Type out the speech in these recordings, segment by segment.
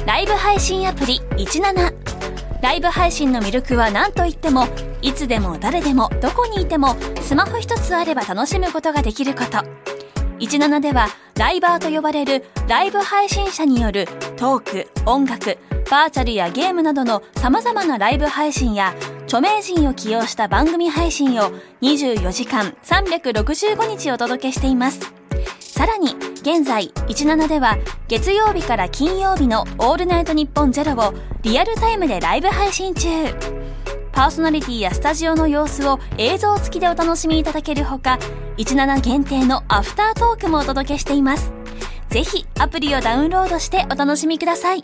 ライブ配信アプリ17。ライブ配信の魅力は何といっても、いつでも誰でもどこにいてもスマホ一つあれば楽しむことができること。17ではライバーと呼ばれるライブ配信者によるトーク、音楽、バーチャルやゲームなどの様々なライブ配信や著名人を起用した番組配信を24時間365日お届けしています。さらに現在17では月曜日から金曜日のオールナイトニッポンゼロをリアルタイムでライブ配信中。パーソナリティやスタジオの様子を映像付きでお楽しみいただけるほか、17限定のアフタートークもお届けしています。ぜひアプリをダウンロードしてお楽しみください。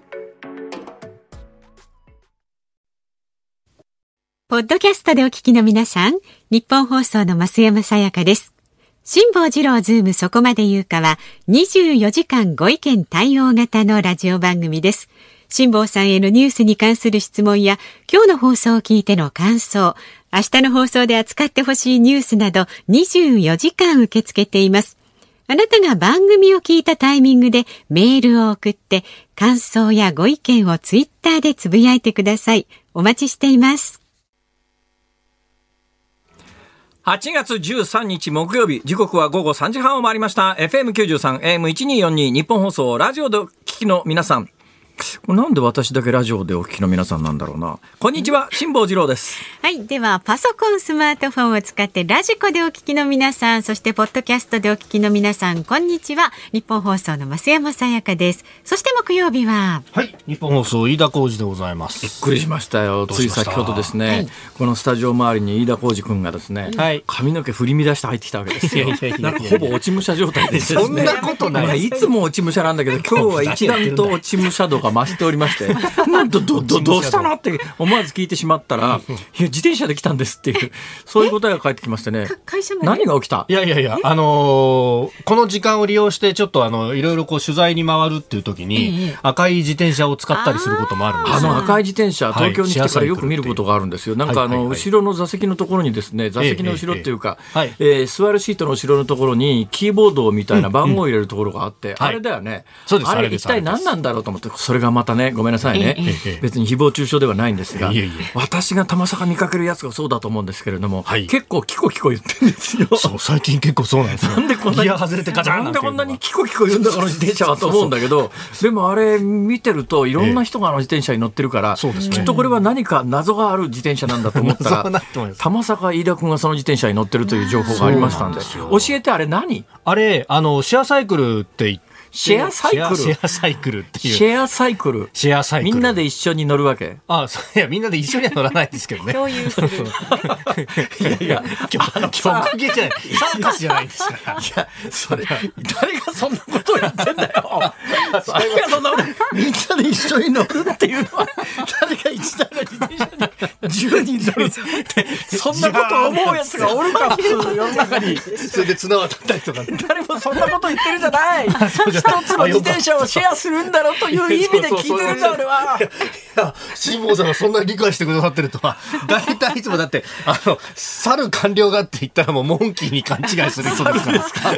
ポッドキャストでお聞きの皆さん、日本放送の増山さやかです。辛坊治郎ズームそこまで言うかは24時間ご意見対応型のラジオ番組です。辛坊さんへのニュースに関する質問や今日の放送を聞いての感想、明日の放送で扱ってほしいニュースなど24時間受け付けています。あなたが番組を聞いたタイミングでメールを送って感想やご意見をツイッターでつぶやいてください。お待ちしています。 8月13日木曜日、時刻は午後3時半を回りました。 FM93 AM1242 日本放送ラジオでお聞きの皆さん、なんで私だけラジオでお聞きの皆さんなんだろうな。こんにちは、辛坊治郎です。 はい、ではパソコン、スマートフォンを使ってラジコでお聞きの皆さん、そしてポッドキャストでお聞きの皆さん、こんにちは。日本放送の増山さやかです。そして木曜日は、 はい、日本放送飯田浩司でございます。 びっくりしましたよ。つい先ほどですね、はい、このスタジオ周りに飯田浩司君がですね、はい、髪の毛振り乱して入ってきたわけですよ。なんかほぼ落ち武者状態ですね。 そんなことない。 いつも落ち武者なんだけど、今日は一段と落ち武者度が増しておりまして、なんとどうしたのって思わず聞いてしまったら、いや自転車で来たんですっていう、そういう答えが返ってきましてね。 会社まで何が起きた？ いや、この時間を利用してちょっといろいろこう取材に回るっていう時に、赤い自転車を使ったりすることもあるんですよ。 赤い自転車、東京に来てからよく見ることがあるんですよ。なんか後ろの座席のところにですね、座席の後ろっていうか、座るシートの後ろのところにキーボードみたいな番号を入れるところがあって、あれだよね。 そうです。 あれ一体何なんだろうと思って、それがまたね、ごめんなさいね、別に誹謗中傷ではないんですが、私がたまさか見かけるやつがそうだと思うんですけれども、結構キコキコ言ってるんですよ。 そう、最近結構そうなんですよ。 なんでこんなにギア外れてガチャンなんていうのが、 なんでこんなにキコキコ言うんだこの自転車はと思うんだけど、でもあれ見てるといろんな人が自転車に乗ってるから、きっとこれは何か謎がある自転車なんだと思ったら、たまさか飯田君がその自転車に乗ってるという情報がありましたんで、教えて。あれ何？ あれシェアサイクルって言って、 シェアサイクルシェアサイクルっていう。 シェアサイクル。 シェアサイクル。 みんなで一緒に乗るわけ？ いや、みんなで一緒には乗らないですけどね。 共有する。 いや、 曲芸じゃない。サーカスじゃないですから。 いや、それ、誰がそんなことを言ってんだよ。誰がそんなこと、みんなで一緒に乗るっていうのは、誰が一台の自転車に10人乗るって、そんなこと思うやつがおるか、普通世の中に。 それで綱渡ったりとか。 誰もそんなこと言ってるじゃない。一つの自転車をシェアするんだろうという意味で聞いてるんだ俺は。いや、辛坊さんがそんなに理解してくださってるとは。大体いつもだって猿官僚がって言ったらもうモンキーに勘違いする人ですから。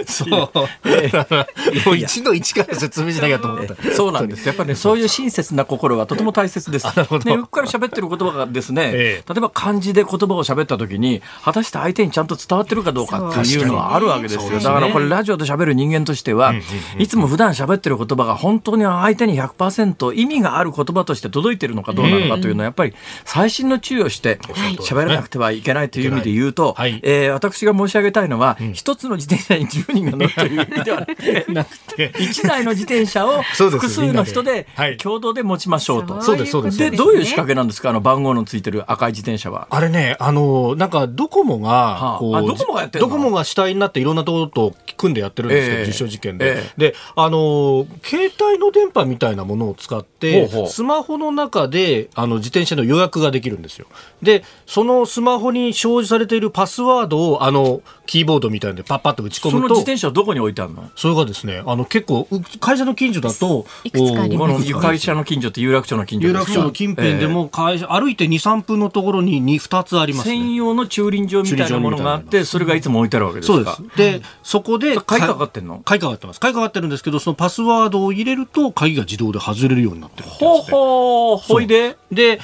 そう。もう1の1から説明しなきゃと思った。 そうなんです。やっぱりね、そういう親切な心はとても大切です。ね、うっかり喋ってる言葉がですね、例えば漢字で言葉を喋った時に果たして相手にちゃんと伝わってるかどうかっていうのはあるわけですよ。だからこれラジオで喋る人間としては、いつも普段喋ってる言葉が本当に相手に 100% 意味がある言葉として届いてるのかどうなのかというのはやっぱり細心の注意をして喋らなくてはいけないという意味で言うと、私が申し上げたいのは、一つの自転車に10人が乗るという意味ではなくて1台の自転車を複数の人で共同で持ちましょうと。 そうですそうです。 でどういう仕掛けなんですか、番号のついてる赤い自転車は。 あれね、なんかドコモがこう、 ドコモがやってるの？ ドコモが主体になっていろんなところと組んでやってるんですけど、実証実験で、で携帯の電波みたいなものを使ってスマホの中で自転車の予約ができるんですよ。でそのスマホに表示されているパスワードをキーボードみたいなのでパッパッと打ち込むと、 その自転車はどこに置いてあるの？ それがですね、結構会社の近所だといくつかあります。 会社の近所って有楽町の近所ですか？ 有楽町の近辺でも歩いて 2,3 枠のところに2つありますね。 専用の駐輪場みたいなものがあって、それがいつも置いてあるわけですか。 そうです。で、そこで鍵かかってんの？ 鍵かかってます。鍵かかってるんですけど、そのパスワードを入れると鍵が自動で外れるようになってるってやつで。 ほいで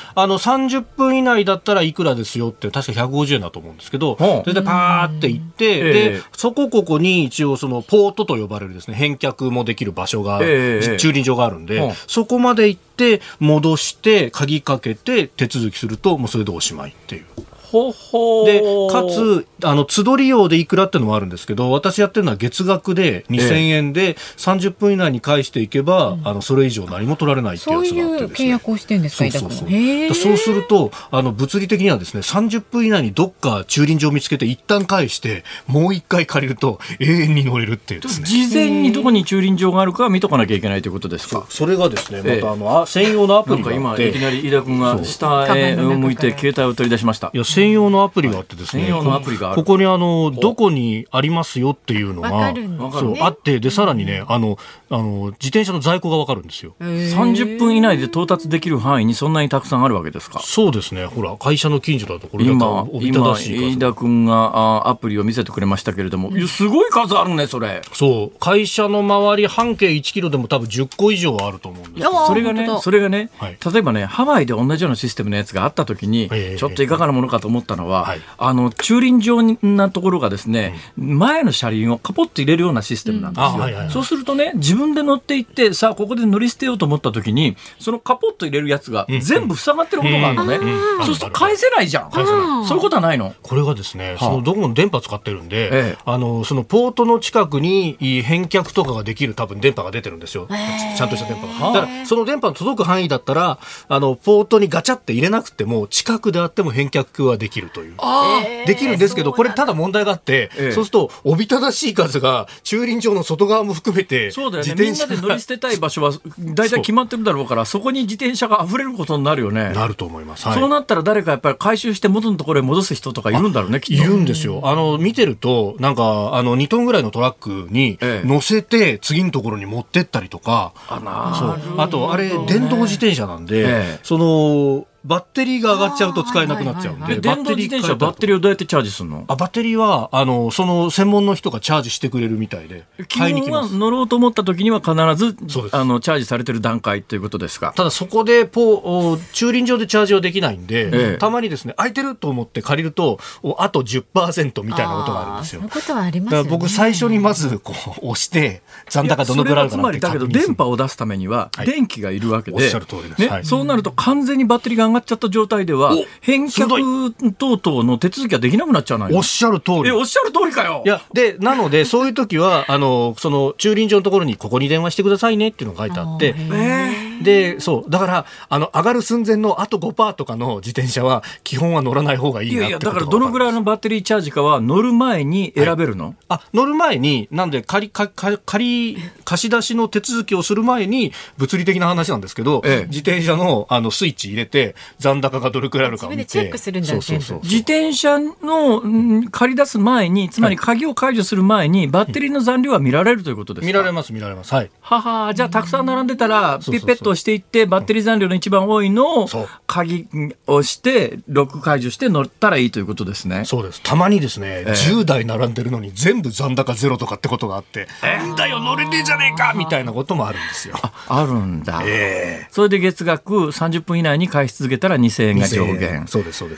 30分以内だったらいくらですよって、確か150円だと思うんですけど、それでパーって行って、でそこに一応そのポートと呼ばれるですね、返却もできる場所が、駐輪場があるんで、そこまで行って戻して鍵かけて手続きすると、もうそれでおしまいっていう。でかつ都度利用でいくらっていうのもあるんですけど、私やってるのは月額で2000円で30分以内に返していけば、それ以上何も取られないっていうやつがあってですね。 そういう契約をしてるんですか？ そうすると物理的にはですね、30分以内にどっか駐輪場を見つけて一旦返してもう一回借りると永遠に乗れるっていうですね。 事前にどこに駐輪場があるか見とかなきゃいけないということですか？ それがですね、また専用のアプリがあって、 なんか今いきなり飯田君が下へ向いて携帯を取り出しました。 いや、専用のアプリがあってですね、ここにどこにありますよっていうのがそうあって、でさらにね、自転車の在庫が分かるんですよ。 30分以内で到達できる範囲にそんなにたくさんあるわけですか？ そうですね。ほら、会社の近所だとこれだとおびただしい数。 今飯田君がアプリを見せてくれましたけれども、すごい数あるね、それ。 そう、会社の周り半径1キロでも多分10個以上あると思うんですよ。 それがね、はい、例えばね、ハワイで同じようなシステムのやつがあった時に、ちょっといかがなものかと思ったのは、駐輪場なところがですね、前の車輪をカポッと入れるようなシステムなんですよ。そうするとね、自分で乗っていって、さあここで乗り捨てようと思った時に、そのカポッと入れるやつが全部塞がってることがあるのね。そうすると返せないじゃん。そういうことはないの？これがですね、そのどこも電波使ってるんで、そのポートの近くに返却とかができる多分電波が出てるんですよ。ちゃんとした電波が。だからその電波の届く範囲だったら、ポートにガチャって入れなくても近くであっても返却はできるという。できるんですけど、これただ問題があって、そうするとおびただしい数が駐輪場の外側も含めて、 そうだよね、みんなで乗り捨てたい場所は大体決まってるだろうから、そこに自転車が溢れることになるよね。 なると思います。 そうなったら誰かやっぱり回収して元のところへ戻す人とかいるんだろうね、きっと。 いるんですよ。見てるとなんか2トンぐらいのトラックに乗せて次のところに持ってったりとか、あとあれ電動自転車なんで、そのバッテリーが上がっちゃうと使えなくなっちゃうんで、 電動自転車バッテリーをどうやってチャージするの？ バッテリーはその専門の人がチャージしてくれるみたいで、 買いに来ます。乗ろうと思った時には必ずチャージされてる段階ということですか？ ただそこで駐輪場でチャージはできないんで、たまにですね、空いてると思って借りるとあと 10% みたいなことがあるんですよ。 そういうことはありますよね。 僕最初にまず押して残高どのくらいあるかなって。 つまりだけど電波を出すためには電気がいるわけで、 おっしゃる通りです。 そうなると完全にバッテリーが上がっちゃった状態では返却等々の手続きができなくなっちゃうのよ。 おっしゃる通り。 おっしゃる通りかよ。 いや、なのでそういう時はその駐輪場のところにここに電話してくださいねっていうのが書いてあって、でだから上がる寸前のあと 5% とかの自転車は基本は乗らない方がいいなってことが分かる。 だからどのぐらいのバッテリーチャージかは乗る前に選べるの？ 乗る前に、なんで貸し出しの手続きをする前に物理的な話なんですけど、自転車のスイッチ入れて残高がどれくらいあるかを見て、 自分でチェックするんだ。 自転車の借り出す前に、つまり鍵を解除する前にバッテリーの残量は見られるということですか？ 見られます。はい。 じゃあたくさん並んでたらピッペットをしていって、バッテリー残量の一番多いのを鍵をしてロック解除して乗ったらいいということですね。 そうです。たまにですね、10台並んでるのに全部残高ゼロとかってことがあって、なんだよ乗れねえじゃねえかみたいなこともあるんですよ。 あるんだ。それで月額30分以内に返し続けたら2000円が上限。 そうです。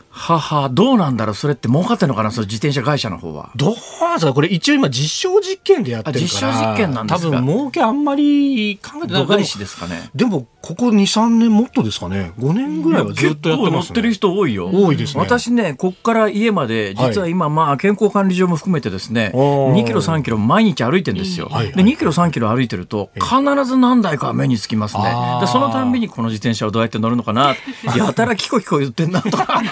どうなんだろう、それって儲かってるのかな、その自転車会社の方は。 どうなんですか、これ一応今実証実験でやってるから、 実証実験なんですか。 多分儲けあんまり考えてない。 度外視ですかね。 でもここ 2,3 年もっとですかね、5年ぐらいはずっとやってますね。結構乗ってる人多いよ。 多いですね。 私ね、こっから家まで実は今、健康管理上も含めてですね、2キロ3キロ毎日歩いてるんですよ。で2キロ3キロ歩いてると必ず何台か目につきますね。でそのたんびにこの自転車をどうやって乗るのかな、やたらキコキコ言ってんなとか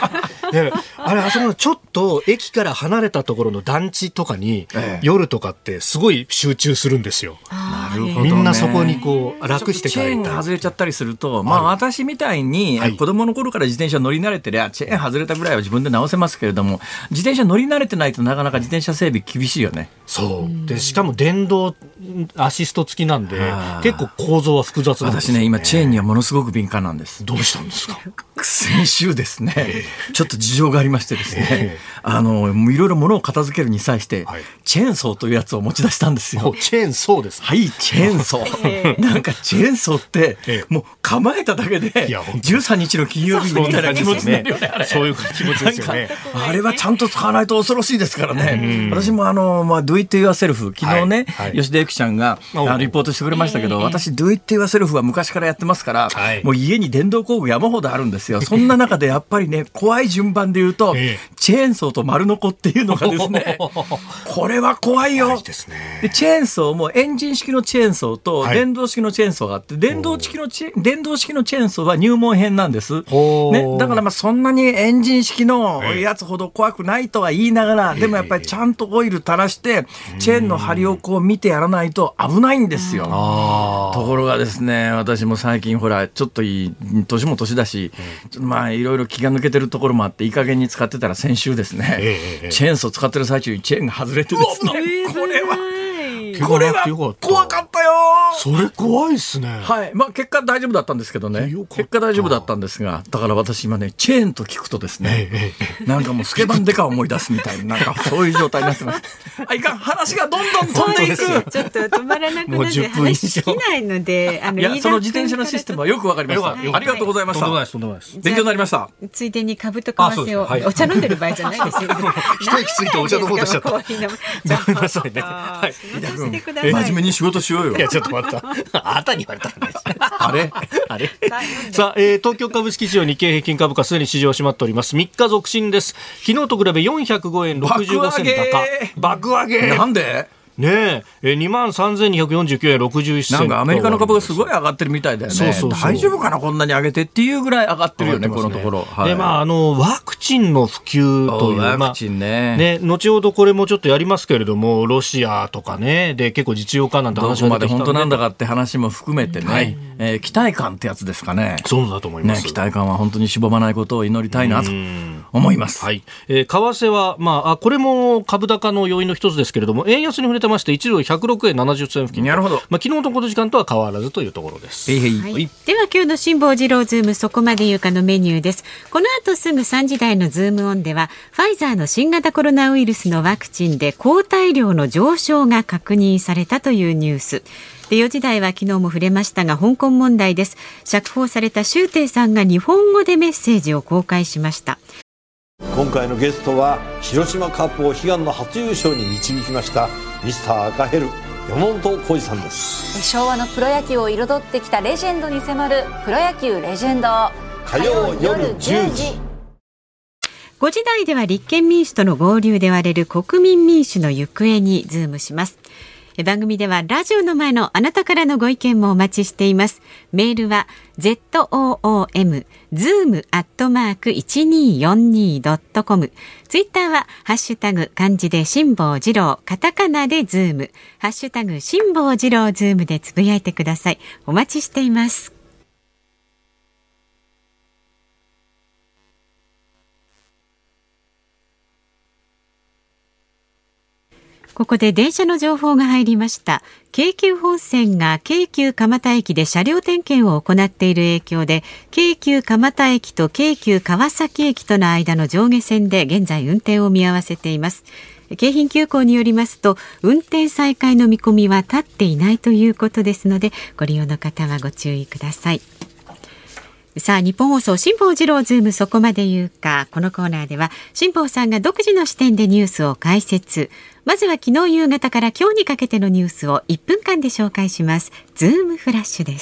であれ、あそこのちょっと駅から離れたところの団地とかに、夜とかってすごい集中するんですよ。 なるほどね。 みんなそこにこう楽して帰チェーンりたい。 が外れちゃったりすると、まあ私みたいに子供の頃から自転車乗り慣れてりゃ、チェーン外れたぐらいは自分で直せますけれども、自転車乗り慣れてないとなかなか自転車整備厳しいよね。 そうで、しかも電動アシスト付きなんで結構構造は複雑なんですよね。 私ね、今チェーンにはものすごく敏感なんです。 どうしたんですか？ 先週ですね、ちょっと事情がありましてですね、いろいろ物を片付けるに際して、チェーンソーというやつを持ち出したんですよ。 チェーンソーです。 はい、チェーンソー。なんかチェーンソーって、もう構えただけで、13日の金曜日みたいな気持ちになるよね、あれ。 そういう気持ちですよね。 あれはちゃんと使わないと恐ろしいですからね。私もDo It Yourself、昨日ね、吉田ゆきちゃんがリポートしてくれましたけど、私 Do It Yourself は昔からやってますから、もう家に電動工具山ほどあるんですよ。そんな中でやっぱりね、怖い順番で言うと、チェーンソーと丸ノコっていうのがですね、これは怖いよ。でチェーンソーもエンジン式のチェーンソーと電動式のチェーンソーがあって、電動式のチェーンソーは入門編なんです。ね、だからまあそんなにエンジン式のやつほど怖くないとは言いながら、でもやっぱりちゃんとオイル垂らして、チェーンの針をこう見てやらないと危ないんですよ。ところがですね、私も最近ほら、ちょっと年も年だし、まあいろいろ気が抜けてるところもあって、いい加減に使ってたら先週ですね、チェーンソー使ってる最中にチェーンが外れてですね、これは怖かったよ。 それ怖いっすね。 はい。まあ結果大丈夫だったんですけどね。結果大丈夫だったんですが、だから私今ね、チェーンと聞くとですね、なんかもうスケバンデカを思い出すみたいな、なんかそういう状態になってます。いかん、話がどんどん飛んでいく。 ちょっと止まらなくなって話尽きないので、 いや、その自転車のシステムはよくわかりました。ありがとうございました。勉強になりました。 ついでに株と為替を、お茶飲んでる場合じゃないですよ。 一息ついてお茶飲もうとしちゃった。ごめんなさいね。はい。 真面目に仕事しようよ。 いや、ちょっと待った。あなたに言われたんです。 あれさあ、東京株式市場日経平均株価すでに市場閉まっております。3日続伸です。昨日と比べ405円65銭高。爆上げ。 なんでねえ、23,249円61銭。 なんかアメリカの株がすごい上がってるみたいだよね。大丈夫かな、こんなに上げてっていうぐらい上がってるよね、このところ。 で、まあ、ワクチンの普及という、 ワクチンね。 ね、後ほどこれもちょっとやりますけれども、ロシアとかね、で、結構実用化なんて話が出てきたんで。 どこまで本当なんだかって話も含めてね、期待感ってやつですかね。 そうだと思います。 期待感は本当にしぼまないことを祈りたいなと思います。 はい。為替は、まあ、これも株高の要因の一つですけれども、円安に触れてまして、1ドル106円70銭付近。 なるほど。 まあ、昨日のこの時間とは変わらずというところです。 はい、では今日の辛坊治郎ズームそこまで言うかのメニューです。この後すぐ3時台のズームオンでは、ファイザーの新型コロナウイルスのワクチンで抗体量の上昇が確認されたというニュース。で、4時台は昨日も触れましたが、香港問題です。釈放された周庭さんが日本語でメッセージを公開しました。 今回のゲストは広島カップを悲願の初優勝に導きましたミスター赤ヘル山本浩二さんです。 昭和のプロ野球を彩ってきたレジェンドに迫るプロ野球レジェンド、 火曜夜10時。 5時台では立憲民主との合流で割れる国民民主の行方にズームします。番組ではラジオの前のあなたからのご意見もお待ちしています。メールは zoom@1242.com、 ツイッターはハッシュタグ漢字で辛坊治郎、カタカナでズーム、ハッシュタグ辛坊治郎ズームでつぶやいてください。お待ちしています。ここで電車の情報が入りました。京急本線が京急蒲田駅で車両点検を行っている影響で、京急蒲田駅と京急川崎駅との間の上下線で現在運転を見合わせています。京浜急行によりますと、運転再開の見込みは立っていないということですので、ご利用の方はご注意ください。さあ、日本放送辛坊治郎ズームそこまで言うか。このコーナーでは辛坊さんが独自の視点でニュースを解説。まずは昨日夕方から今日にかけてのニュースを1分間で紹介します。ズームフラッシュです。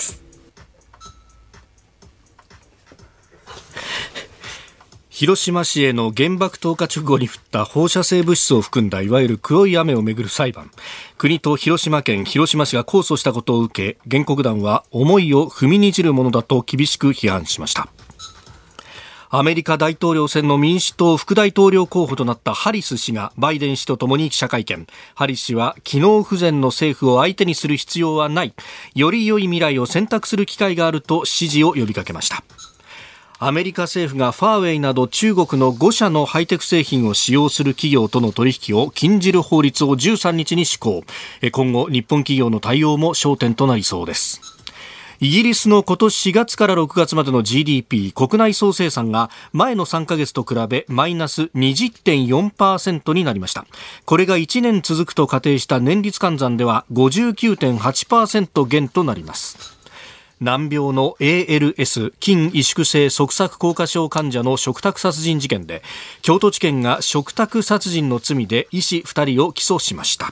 広島市への原爆投下直後に降った放射性物質を含んだいわゆる黒い雨をめぐる裁判。国と広島県広島市が控訴したことを受け、原告団は思いを踏みにじるものだと厳しく批判しました。 アメリカ大統領選の民主党副大統領候補となったハリス氏がバイデン氏とともに記者会見。ハリス氏は機能不全の政府を相手にする必要はない、より良い未来を選択する機会があると支持を呼びかけました。アメリカ政府がファーウェイなど中国の5社のハイテク製品を使用する企業との取引を禁じる法律を13日に施行。今後日本企業の対応も焦点となりそうです。イギリスの今年4月から6月までの GDP 国内総生産が前の3ヶ月と比べマイナス 20.4% になりました。これが1年続くと仮定した年率換算では 59.8% 減となります。難病の ALS 筋萎縮性側索硬化症患者の嘱託殺人事件で京都地検が嘱託殺人の罪で医師2人を起訴しました。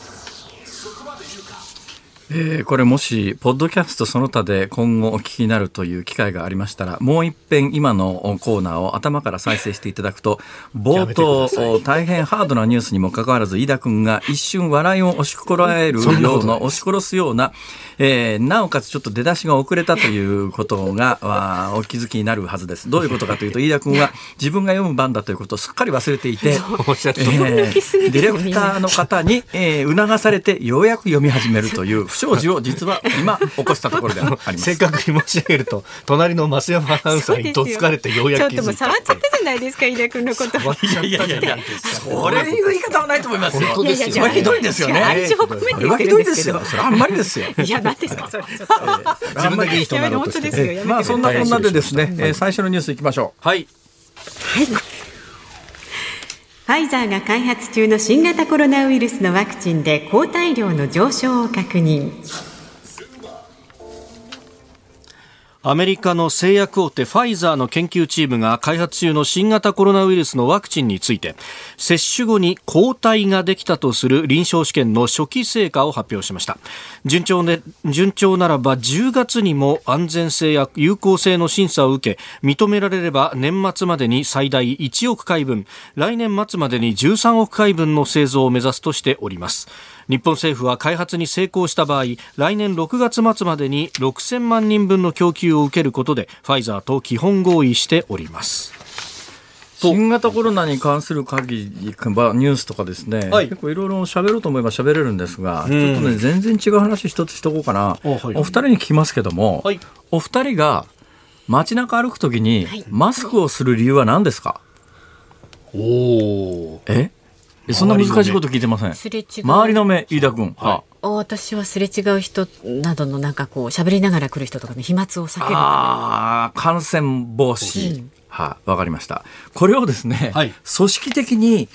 これもしポッドキャストその他で今後お聞きになるという機会がありましたら、もう一遍今のコーナーを頭から再生していただくと、冒頭大変ハードなニュースにもかかわらず飯田君が一瞬笑いを押し殺すような、なおかつちょっと出だしが遅れたということがお気づきになるはずです。どういうことかというと、飯田君は自分が読む番だということをすっかり忘れていて、ディレクターの方に、促されてようやく読み始めるという不祥事を実は今起こしたところであります。 正確に申し上げると、隣の増山アナウンサーにどつかれてようやく気づいた。 ちょっともう触っちゃったじゃないですか、飯田君のこと。 いやそれいう言い方はないと思いますよ。 本当ですよ。 それはひどいですよね。 愛情を込めて言ってるんですけど、 それはあんまりですよ。 いや何ですかそれ。 自分だけいい人になろうとして、 まあそんなこんなでですね、最初のニュースいきましょう。 はい。 ファイザーが開発中の新型コロナウイルスのワクチンで抗体量の上昇を確認。 アメリカの製薬大手ファイザーの研究チームが開発中の新型コロナウイルスのワクチンについて、接種後に抗体ができたとする臨床試験の初期成果を発表しました。順調ならば10月にも安全性や有効性の審査を受け、認められれば年末までに最大1億回分、来年末までに13億回分の製造を目指すとしております。日本政府は開発に成功した場合、来年6月末までに6000万人分の供給を受けることでファイザーと基本合意しております。 新型コロナに関する限りニュースとかですね、結構いろいろ喋ろうと思えば喋れるんですが、ちょっとね全然違う話一つしとこうかな。お二人に聞きますけども、お二人が街中歩くときにマスクをする理由は何ですか？そんな難しいこと聞いてません。 すれ違う周りの目、飯田君。 私はすれ違う人などのなんかこう喋りながら来る人とかの飛沫を避けるため。感染防止。わかりました。これをですね、組織的に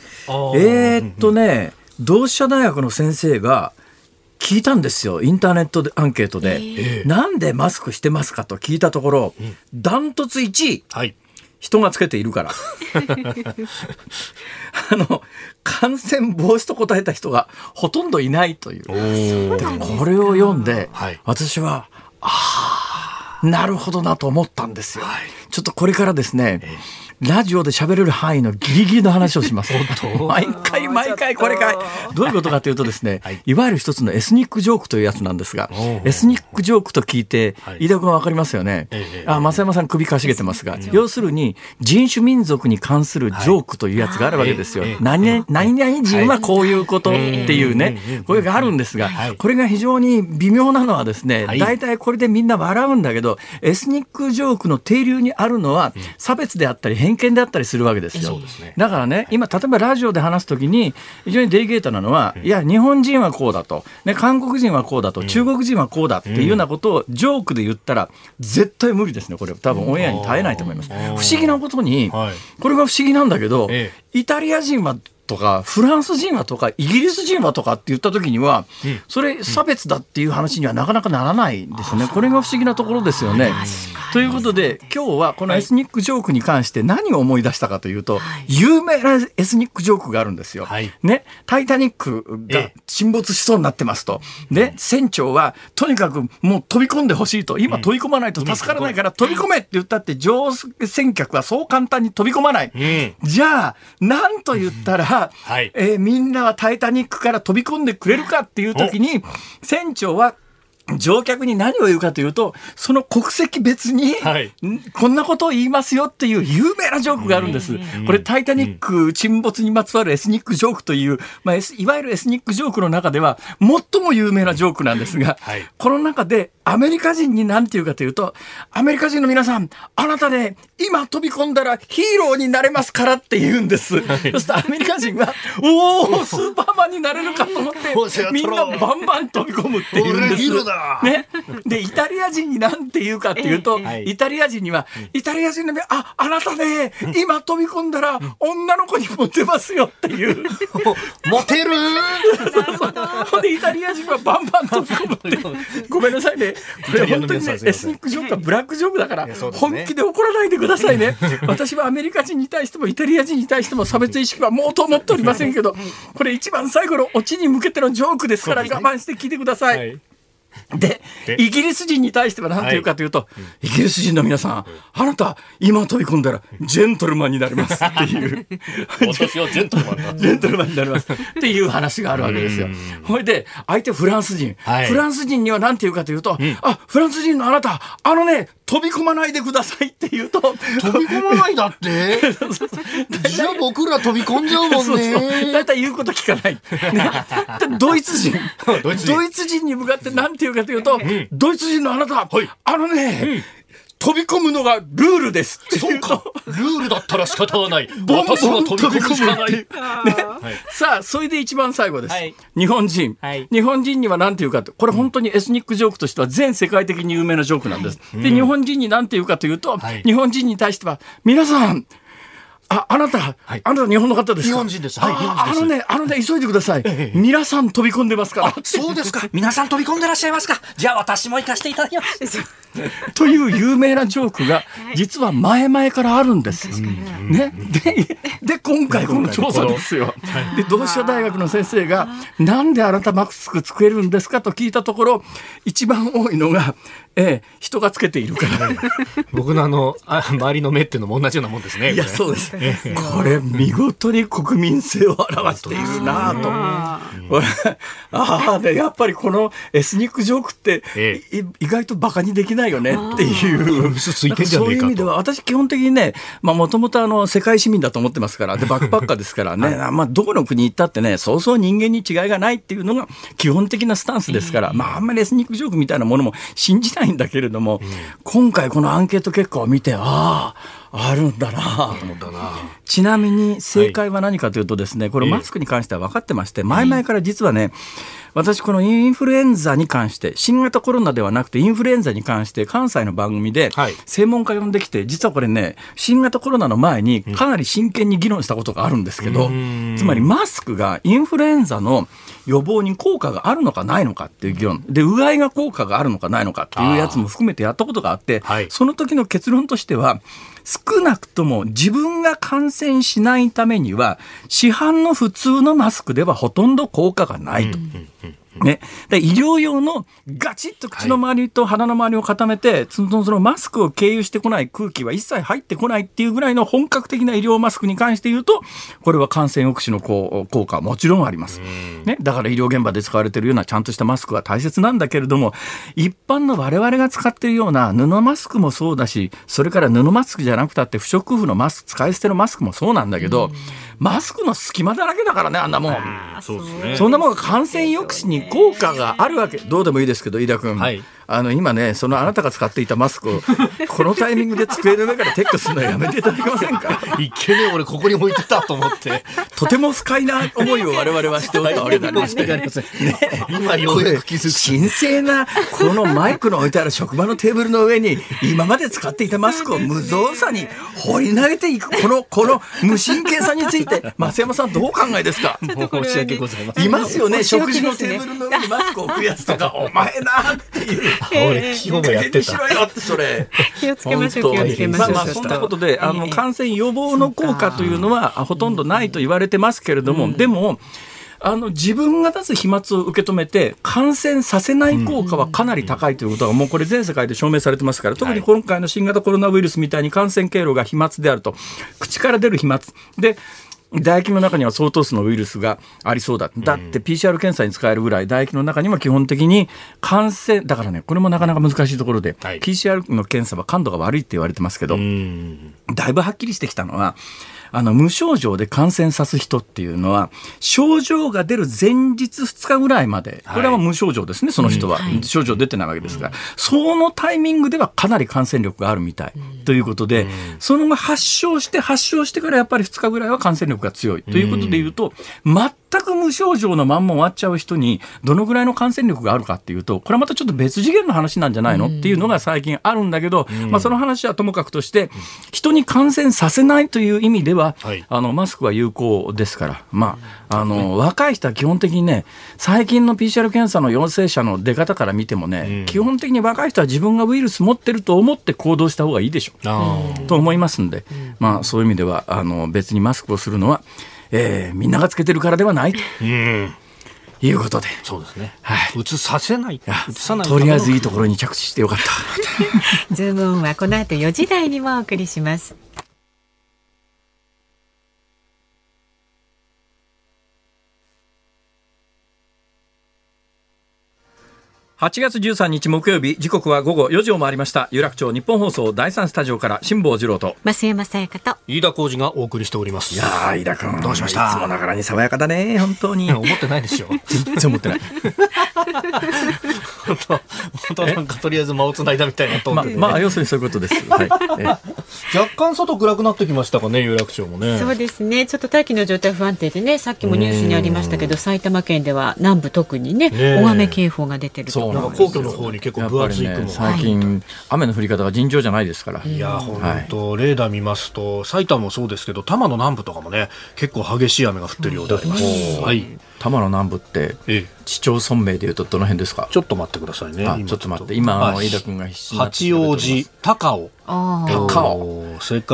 同志社大学の先生が聞いたんですよ。インターネットでアンケートで、なんでマスクしてますかと聞いたところ、ダントツ1位。人がつけているから感染防止と答えた人がほとんどいないという。でこれを読んで、私はなるほどなと思ったんですよ。ちょっとこれからですね、ラジオで喋れる範囲のギリギリの話をします。毎回これかい。どういうことかというとですね、いわゆる一つのエスニックジョークというやつなんですが、エスニックジョークと聞いて飯田君は分かりますよね。増山さん首かしげてますが、要するに人種民族に関するジョークというやつがあるわけですよ。何々人はこういうことっていうね、これがあるんですが、これが非常に微妙なのはですね、大体これでみんな笑うんだけど、エスニックジョークの底流にあるのは差別であったり偏見であったりするわけですよ。だからね、今例えばラジオで話すときに非常にデリケートなのは、いや日本人はこうだと、韓国人はこうだと、中国人はこうだっていうようなことをジョークで言ったら絶対無理ですね。これ多分オンエアに耐えないと思います。不思議なことに、これが不思議なんだけど、イタリア人はとかフランス人はとかイギリス人はとかって言った時には、それ差別だっていう話にはなかなかならないんですよね。これが不思議なところですよね。ということで今日はこのエスニックジョークに関して何を思い出したかというと、有名なエスニックジョークがあるんですよ。タイタニックが沈没しそうになってますと。で船長はとにかくもう飛び込んでほしいと、今飛び込まないと助からないから飛び込めって言ったって乗船客はそう簡単に飛び込まない。じゃあ何と言ったらみんなはタイタニックから飛び込んでくれるかっていう時に、船長は乗客に何を言うかというと、その国籍別に、こんなことを言いますよっていう有名なジョークがあるんです。これタイタニック沈没にまつわるエスニックジョークという、いわゆるエスニックジョークの中では最も有名なジョークなんですが、この中でアメリカ人に何て言うかというと、アメリカ人の皆さん、あなたね、今飛び込んだらヒーローになれますからって言うんです。そうするとアメリカ人は、おー、スーパーマンになれるかと思って、みんなバンバン飛び込むって言うんです。ね、でイタリア人に何て言うかっていうと、イタリア人には、イタリア人のあなたね、今飛び込んだら女の子にモテますよっていうモテるそうでイタリア人はバンバン飛び込むってごめんなさいね、これ本当にねエスニックジョークはブラックジョークだから、本気で怒らないでくださいね。私はアメリカ人に対してもイタリア人に対しても差別意識はもうと思っておりませんけど、これ一番最後のオチに向けてのジョークですから、我慢して聞いてください。でイギリス人に対しては何て言うかというと、イギリス人の皆さん、あなた今飛び込んだらジェントルマンになりますっていう私はジェントルマンだジェントルマンになりますっていう話があるわけですよ。それで相手フランス人、フランス人には何て言うかというと、フランス人のあなた、飛び込まないでくださいって言うと、 飛び込まないだってじゃあ僕ら飛び込んじゃうもんね。 だいたい言うこと聞かない、ね、ドイツ人に向かって何て言うかというと、ドイツ人のあなた、飛び込むのがルールですって言うと、 そうか、ルールだったら仕方はない、私は飛び込むしかない、 さあそれで一番最後です、日本人には何て言うかと、これ本当にエスニックジョークとしては全世界的に有名なジョークなんです。で日本人に何て言うかというと、日本人に対しては、皆さん、あなた日本の方ですか？ 日本人です。 急いでください。皆さん飛び込んでますから。 そうですか。皆さん飛び込んでらっしゃいますか。じゃあ私も行かせていただきます。 という有名なジョークが実は前々からあるんです。ね。で今回この調査ですよ。で同志社大学の先生が、なんであなたマスクつけるんですかと聞いたところ、一番多いのが、人がつけているから。 僕の周りの目っていうのも同じようなもんですね。 いやそうです。これ見事に国民性を表しているなと。でやっぱりこのエスニックジョークって意外とバカにできないよねっていう、そういう意味では私基本的にね、もともと世界市民だと思ってますから、でバックパッカーですからね、どこの国行ったってね、そうそう人間に違いがないっていうのが基本的なスタンスですから、あんまりエスニックジョークみたいなものも信じないんだけれども、今回このアンケート結果を見て、あるんだな。ちなみに正解は何かというとですね、これマスクに関しては分かってまして、前々から実はね、私このインフルエンザに関して、新型コロナではなくてインフルエンザに関して関西の番組で専門家呼んできて、実はこれね、新型コロナの前にかなり真剣に議論したことがあるんですけど、つまりマスクがインフルエンザの予防に効果があるのかないのかっていう議論で、うがいが効果があるのかないのかっていうやつも含めてやったことがあって、その時の結論としては、少なくとも自分が感染しないためには市販の普通のマスクではほとんど効果がないと。ね、で医療用のガチッと口の周りと鼻の周りを固めて、そのマスクを経由してこない空気は一切入ってこないっていうぐらいの本格的な医療マスクに関して言うと、これは感染抑止の効果はもちろんあります、ね、だから医療現場で使われているようなちゃんとしたマスクは大切なんだけれども、一般の我々が使っているような布マスクもそうだし、それから布マスクじゃなくたって不織布のマスク、使い捨てのマスクもそうなんだけど、マスクの隙間だらけだからね、あんなもん。 そうですね。 そんなもんが感染抑止に効果があるわけ。どうでもいいですけど、飯田君、今ね、そのあなたが使っていたマスクをこのタイミングで机の上から撤去するのやめていただけませんか。 いけねえ、俺ここに置いてたと思ってとても不快な思いを我々はしておったわけなんですね。 今ようやく気づく。 神聖なこのマイクの置いてある職場のテーブルの上に今まで使っていたマスクを無造作に放り投げていくこの無神経さについて、増山さんどうお考えですか。 申し訳ございません。 いますよね、食事のテーブルの上にマスクを置くやつとか、お前なっていう。 俺昨日もやってた。 それ気をつけましょう。 そんなことで感染予防の効果というのはほとんどないと言われてますけれども、でも自分が出す飛沫を受け止めて感染させない効果はかなり高いということがもうこれ全世界で証明されてますから、特に今回の新型コロナウイルスみたいに感染経路が飛沫であると、口から出る飛沫で唾液の中には相当数のウイルスがありそうだ。だって PCR 検査に使えるぐらい唾液の中には基本的に感染だからね、これもなかなか難しいところで、はい、PCR の検査は感度が悪いって言われてますけど、だいぶはっきりしてきたのは無症状で感染さす人っていうのは症状が出る前日2日ぐらいまで、これは無症状ですね、その人は、症状出てないわけですから、そのタイミングではかなり感染力があるみたい、ということで、その後発症してからやっぱり2日ぐらいは感染力が強いということでいうと、全く無症状のまんま終わっちゃう人にどのぐらいの感染力があるかっていうと、これはまたちょっと別次元の話なんじゃないのっていうのが最近あるんだけど、その話はともかくとして、人に感染させないという意味ではマスクは有効ですから、若い人は基本的にね、最近の PCR 検査の陽性者の出方から見てもね、基本的に若い人は自分がウイルス持ってると思って行動した方がいいでしょと思いますんで、そういう意味では別にマスクをするのは、みんながつけてるからではないということで、 そうですね、うつさせない、うつさない、 とりあえずいいところに着地してよかったズームオンはこの後4時台にもお送りします。 8月13日木曜日、時刻は午後4時を回りました。有楽町日本放送第3スタジオから辛坊治郎と増山さやかと飯田浩司がお送りしております。 いやー、飯田君どうしました。 いつもながらに爽やかだね、本当に。 思ってないですよ。 全然思ってない本当なんかとりあえず間をつないだみたいなトーンで、ね、 要するにそういうことです、若干外暗くなってきましたかね、有楽町もね。 そうですね、ちょっと大気の状態不安定でね、さっきもニュースにありましたけど、埼玉県では南部特にね、大雨警報が出てると。 なんか皇居の方に結構分厚い雲、 最近、雨の降り方が尋常じゃないですから。 いや本当、レーダー見ますと埼玉もそうですけど、多摩の南部とかもね、結構激しい雨が降ってるようであります。 多摩の南部って市町村名でいうとどの辺ですか。 ちょっと待ってくださいね。 ちょっと待って、今飯田君が必死になって八王子、高尾、それから、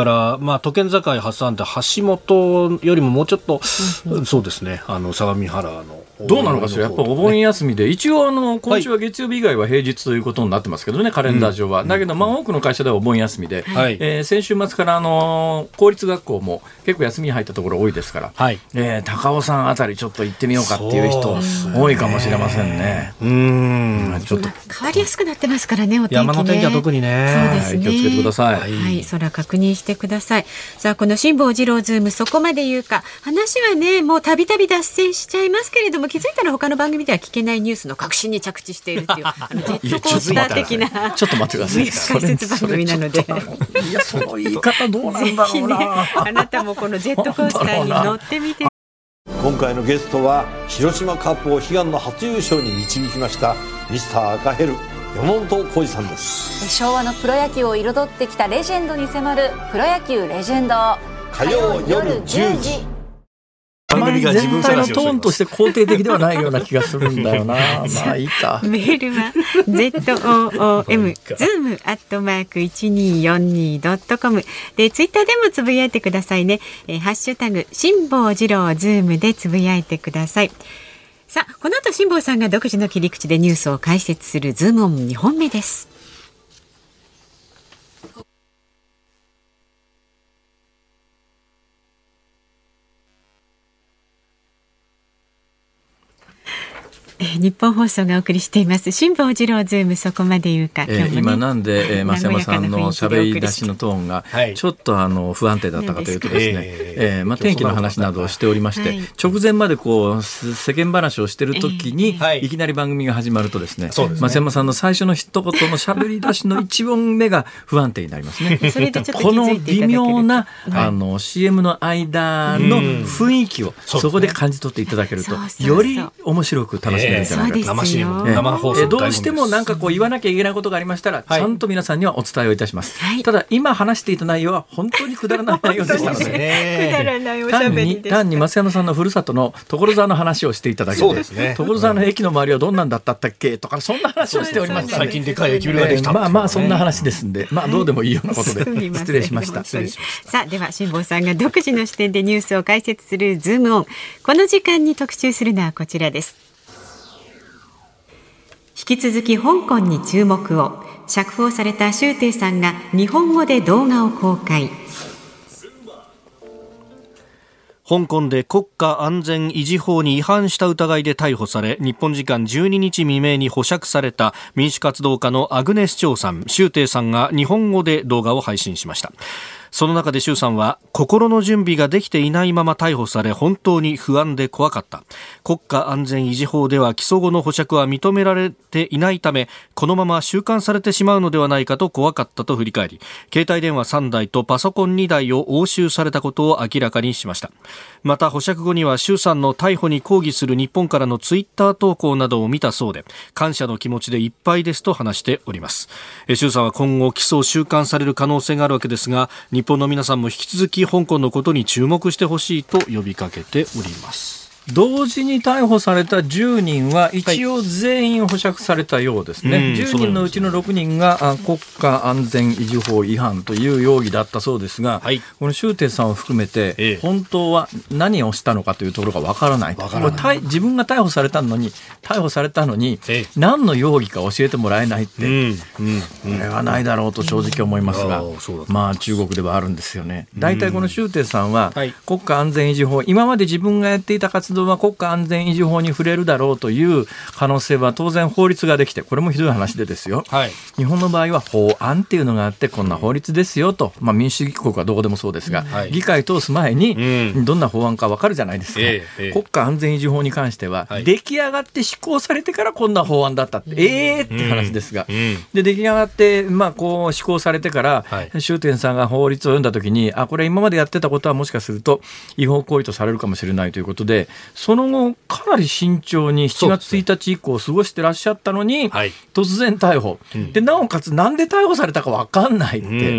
都県境挟んで橋本よりももうちょっと、そうですね、相模原のどうなのかしら。やっぱお盆休みで、一応今週は月曜日以外は平日ということになってますけどね、カレンダー上は。だけど多くの会社ではお盆休みで、先週末から公立学校も結構休みに入ったところ多いですから、高尾山あたりちょっと行ってみようかっていう人多いかもしれませんね。 ちょっと変わりやすくなってますからね、お天気ね。 山の天気は特にね。 そうですね、 気をつけてください。 空確認してください。さあ、この辛坊治郎ズームそこまで言うか、話はね、もうたびたび脱線しちゃいますけれども、気づいたら他の番組では聞けないニュースの核心に着地しているっていうジェットコースター的なちょっと待ってください。 解説番組なので、 いや、その言い方どうなんだろうな。 あなたもこのジェットコースターに乗ってみて。 今回のゲストは広島カップを悲願の初優勝に導きましたミスター赤ヘル山本浩二さんです。 昭和のプロ野球を彩ってきたレジェンドに迫るプロ野球レジェンド、 火曜夜10時。 あまり全体のトーンとして肯定的ではないような気がするんだよな。いいか。 メールは zoom@1242.com で、ツイッターでもつぶやいてくださいね。ハッシュタグ辛坊治郎ズームでつぶやいてください。さあ、この後辛坊さんが独自の切り口でニュースを解説するズームオン2本目です。日本放送がお送りしています辛坊治郎ズームそこまで言うか。今日もね、 今なんで、増山さんの喋り出しのトーンがちょっと不安定だったかというとですね、天気の話などをしておりまして、直前までこう世間話をしている時に、いきなり番組が始まるとですね、増山さんの最初の一言の喋り出しの1音目が不安定になりますね。 それでちょっとこの微妙なCM の間の雰囲気をそこで感じ取っていただけると、より面白く楽しめるんじゃないかと。 生放送どうしてもなんかこう言わなきゃいけないことがありましたら、ちゃんと皆さんにはお伝えをいたします。ただ今話していた内容は本当にくだらない内容でしたので、 くだらないおしゃべりでした。 単に増山さんのふるさとの所沢の話をしていただけで、所沢の駅の周りはどんなんだったっけとか、そんな話をしておりました。 最近でかい駅ビルができた。 そんな話ですんで、どうでもいいようなことで失礼しました。 さあ、では辛坊さんが独自の視点でニュースを解説するズームオン。この時間に特集するのはこちらです。引き続き香港に注目を。釈放された周庭さんが日本語で動画を公開。 香港で国家安全維持法に違反した疑いで逮捕され、日本時間12日未明に保釈された民主活動家のアグネス・チョウさん、周庭さんが日本語で動画を配信しました。その中で周さんは、心の準備ができていないまま逮捕され本当に不安で怖かった。国家安全維持法では起訴後の保釈は認められていないため、このまま収監されてしまうのではないかと怖かったと振り返り、携帯電話3台とパソコン2台を押収されたことを明らかにしました。また保釈後には周さんの逮捕に抗議する日本からのツイッター投稿などを見たそうで、感謝の気持ちでいっぱいですと話しております。周さんは今後起訴収監される可能性があるわけですが、日本の皆さんも引き続き香港のことに注目してほしいと呼びかけております。 同時に逮捕された10人は一応全員保釈されたようですね、10人のうちの6人が国家安全維持法違反という容疑だったそうですが、この周庭さんを含めて本当は何をしたのかというところがわからない。自分が逮捕されたのに何の容疑か教えてもらえないって、これはないだろうと正直思いますが、まあ中国ではあるんですよね。大体この周庭さんは国家安全維持法、今まで自分がやっていた活動は国家安全維持法に触れるだろうという可能性は当然法律ができて、これもひどい話でですよ、日本の場合は法案っていうのがあって、こんな法律ですよと、民主主義国はどこでもそうですが、議会通す前にどんな法案か分かるじゃないですか、国家安全維持法に関しては出来上がって施行されてからこんな法案だったってって話ですが、で出来上がってこう施行されてから周庭さんが法律を読んだときに、これ今までやってたことはもしかすると違法行為とされるかもしれないということで、その後かなり慎重に7月1日以降過ごしてらっしゃったのに、突然逮捕、でなおかつなんで逮捕されたか分かんないって、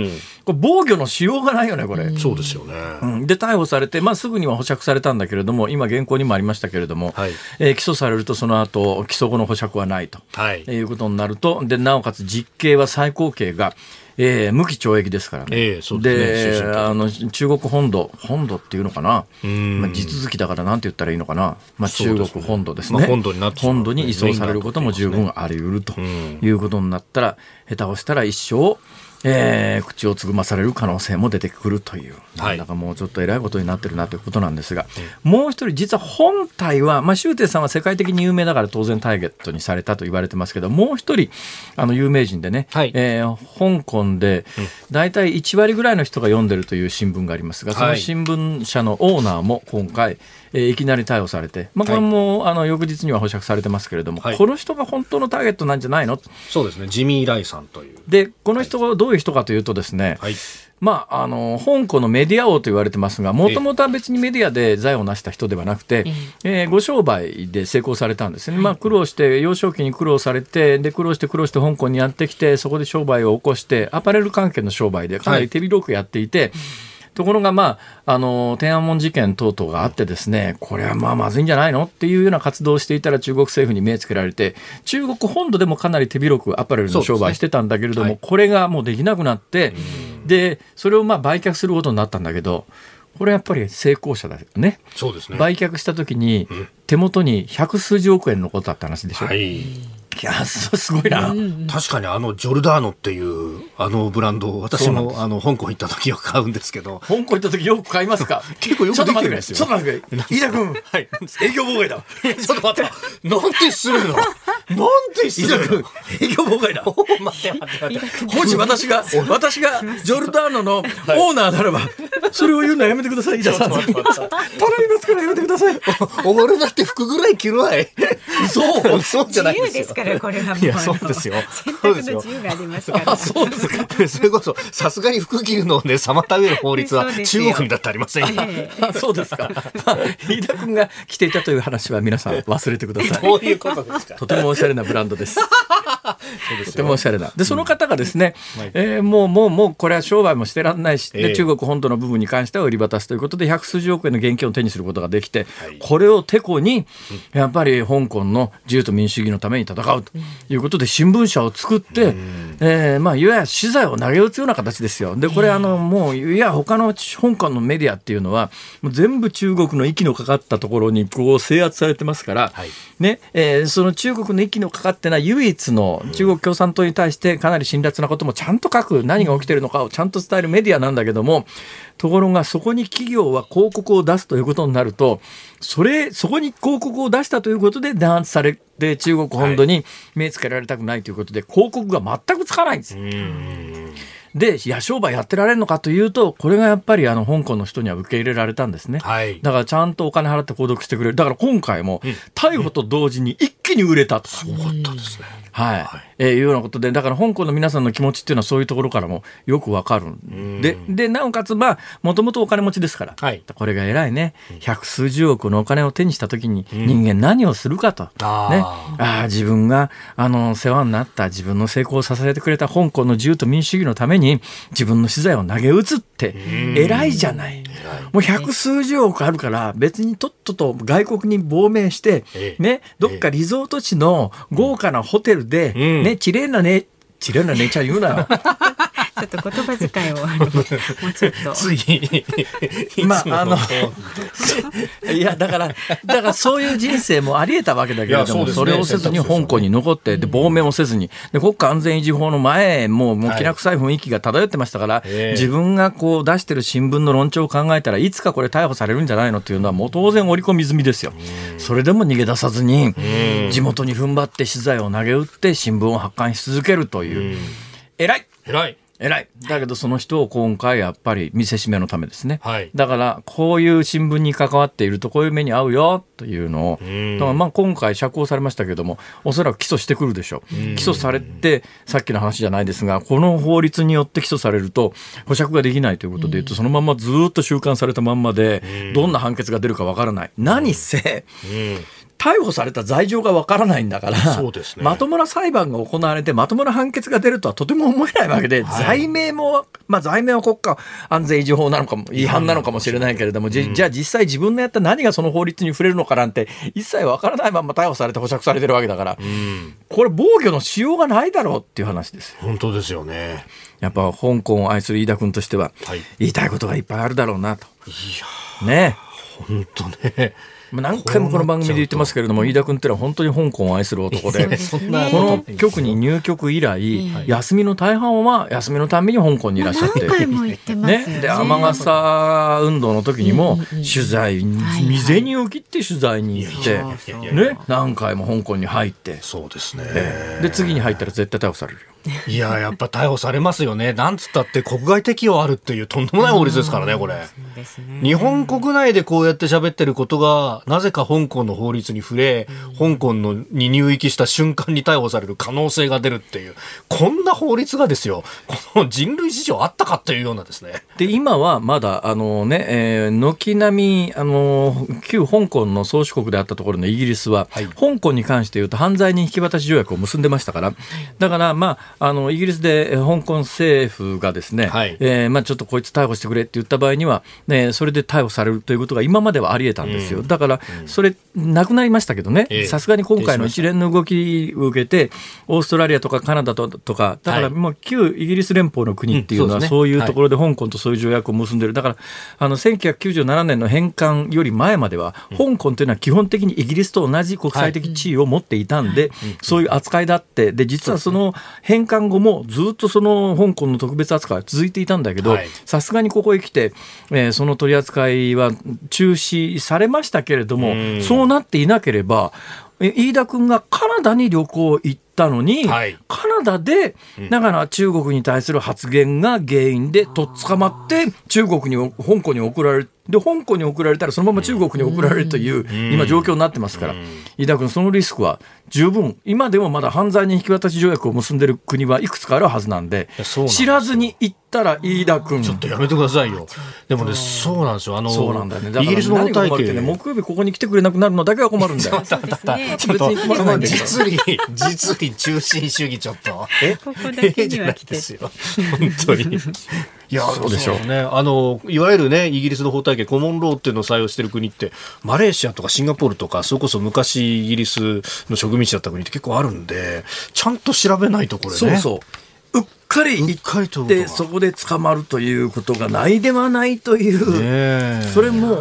これ防御のしようがないよねこれ。 そうですよね、 で逮捕されて、すぐには保釈されたんだけれども、今原稿にもありましたけれども、起訴されるとその後起訴後の保釈はないと、いうことになると、でなおかつ実刑は最高刑が無期懲役ですからね。で、中国本土っていうのかな、地続きだからなんて言ったらいいのかな、中国本土ですね、本土に移送されることも十分あり得るということになったら、下手をしたら一生口をつぐまされる可能性も出てくるという、なんかもうちょっとえらいことになってるなということなんですが、もう一人実は本体は、周庭さんは世界的に有名だから当然ターゲットにされたと言われてますけど、もう一人有名人でね、香港で大体1割ぐらいの人が読んでるという新聞がありますが、その新聞社のオーナーも今回いきなり逮捕されて、これも翌日には保釈されてますけれども、この人が本当のターゲットなんじゃないの。 そうですね、ジミー・ライさんという。 でこの人はどういう人かというとですね、香港のメディア王と言われてますが、もともとは別にメディアで財を成した人ではなくて、ご商売で成功されたんですね。苦労して幼少期に苦労されて、で苦労して香港にやってきて、そこで商売を起こしてアパレル関係の商売でかなり手広くやっていて、ところが天安門事件等々があってですね、これはまずいんじゃないのっていうような活動をしていたら中国政府に目つけられて、中国本土でもかなり手広くアパレルの商売してたんだけれども、これがもうできなくなって、でそれを売却することになったんだけど、これやっぱり成功者だよね。 そうですね。 売却した時に手元に百数十億円のことだった話でしょ。いやすごいな、 確かにジョルダーノっていうブランドを私も香港行った時よく買うんですけど。 香港行った時よく買いますか。 結構よくできてるんですよ。 ちょっと待ってくれ飯田君、営業妨害だ。 ちょっと待って、なんてするのなんてするの。 営業妨害だ。もし私がジョルダーノのオーナーならばそれを言うのはやめてください。飯田さん頼みますからやめてください。 俺だって服ぐらい着るわい。そうじゃないですよ。 これはもうそうですよ。 選択の自由がありますから。 そうですか。 それこそさすがに服着るのをね妨げる法律は中国にだってありませんよ。 そうですか。飯田君が着ていたという話は皆さん忘れてください。 どういうことですか。 とてもおしゃれなブランドです。とてもおしゃれな。でその方がですね、もうこれは商売もしてらんないし、で中国本土の部分に関しては売り渡すということで百数十億円の現金を手にすることができて、これをてこにやっぱり香港の自由と民主主義のために戦うということで新聞社を作って、いわゆる資材を投げ打つような形ですよ。でこれもういや他の香港のメディアっていうのはもう全部中国の息のかかったところにこう制圧されてますから、その中国の息のかかってない唯一のも中国共産党に対してかなり辛辣なこともちゃんと書く、何が起きているのかをちゃんと伝えるメディアなんだけども、ところがそこに企業は広告を出すということになると、そこに広告を出したということで弾圧されて、中国本土に目つけられたくないということで、広告が全くつかないんです。で、いや商売やってられるのかというと、これがやっぱり香港の人には受け入れられたんですね、はい、だからちゃんとお金払って購読してくれる。だから今回も逮捕と同時に一気に売れたと、 すごかったですね、 はいはい、いうようなことで、だから香港の皆さんの気持ちっていうのはそういうところからもよくわかる。でなおかつもともとお金持ちですから、はい、これが偉いね、百数十億のお金を手にしたときに人間何をするかと、自分が世話になった自分の成功を支えてくれた香港の自由と民主主義のために自分の資材を投げ打つって偉いじゃない。もう百数十億あるから別にとっとと外国に亡命して、どっかリゾート地の豪華なホテルで、綺麗な姉ちゃん言うなよちょっと言葉遣いをもうちょっとついいやだからそういう人生もあり得たわけだけれども、 それをせずに香港に残って、で亡命をせずに、で国家安全維持法の前もうきな臭い雰囲気が漂ってましたから、自分がこう出してる新聞の論調を考えたらいつかこれ逮捕されるんじゃないのっていうのはもう当然織り込み済みですよ。それでも逃げ出さずに地元に踏ん張って資材を投げ打って新聞を発刊し続けるという、偉い。だけどその人を今回やっぱり見せしめのためですね、はい、だからこういう新聞に関わっているとこういう目に遭うよというのを、だから今回釈放されましたけども、おそらく起訴してくるでしょう。起訴されて、さっきの話じゃないですが、この法律によって起訴されると保釈ができないということでいうと、そのままずっと収監されたまんまで、どんな判決が出るかわからない。何せ逮捕された罪状がわからないんだから、そうですね、まともな裁判が行われてまともな判決が出るとはとても思えないわけで、罪名は国家安全維持法なのかも違反なのかもしれないけれども、じゃあ実際自分のやった何がその法律に触れるのかなんて一切わからないまま逮捕されて保釈されてるわけだから、これ防御のしようがないだろうっていう話です。 本当ですよね。 やっぱ香港を愛する飯田君としては、言いたいことがいっぱいあるだろうなと。ね、 本当ね。 何回もこの番組で言ってますけれども、飯田君ってのは本当に香港を愛する男で、この局に入局以来、休みの大半は休みのために香港にいらっしゃって、で雨傘運動の時にも取材、未然を切って取材に行って、何回も香港に入って、 そうですね、 で次に入ったら絶対逮捕されるよ。 いや、やっぱ逮捕されますよね。なんつったって国外適用あるっていうとんでもない法律ですからね、これ。日本国内でこうやって喋ってることがなぜか香港の法律に触れ、香港に入域した瞬間に逮捕される可能性が出るっていう、こんな法律がですよ、この人類史上あったかっていうようなですね。 で今はまだ軒並み旧香港の宗主国であったところのイギリスは、香港に関して言うと犯罪人引き渡し条約を結んでましたから、だからイギリスで香港政府がですね、ちょっとこいつ逮捕してくれって言った場合には、それで逮捕されるということが今まではあり得たんですよ。だからそれなくなりましたけどね、さすがに今回の一連の動きを受けてオーストラリアとかカナダとか、だからもう旧イギリス連邦の国っていうのはそういうところで香港とそういう条約を結んでる。だから1997年の返還より前までは、香港というのは基本的にイギリスと同じ国際的地位を持っていたんで、そういう扱いだって、で実はその返還後もずっとその香港の特別扱いは続いていたんだけど、さすがにここへ来て、その取り扱いは中止されましたけれども、そうなっていなければ飯田君がカナダに旅行行ったのに、カナダでだから中国に対する発言が原因でとっ捕まって香港に送られる。で香港に送られたらそのまま中国に送られるという今状況になってますから、飯田君そのリスクは十分、今でもまだ犯罪人引き渡し条約を結んでいる国はいくつかあるはずなんで、知らずに行ったら飯田君ちょっとやめてくださいよ。でもね、そうなんですよ。 そうなんだよね。だからイギリスの法体系、 木曜日ここに来てくれなくなるのだけは困るんだよ。 別に困らないんだけど、実利中心主義ちょっとここだけには来てですよ本当に。いや、 そうでしょうね。いわゆるね、イギリスの法体系コモンローっていうのを採用している国ってマレーシアとかシンガポールとか、それこそ昔イギリスの植民地だった国って結構あるんで、ちゃんと調べないとこれね。 うっかり行ってそこで捕まるということがないではないという、それも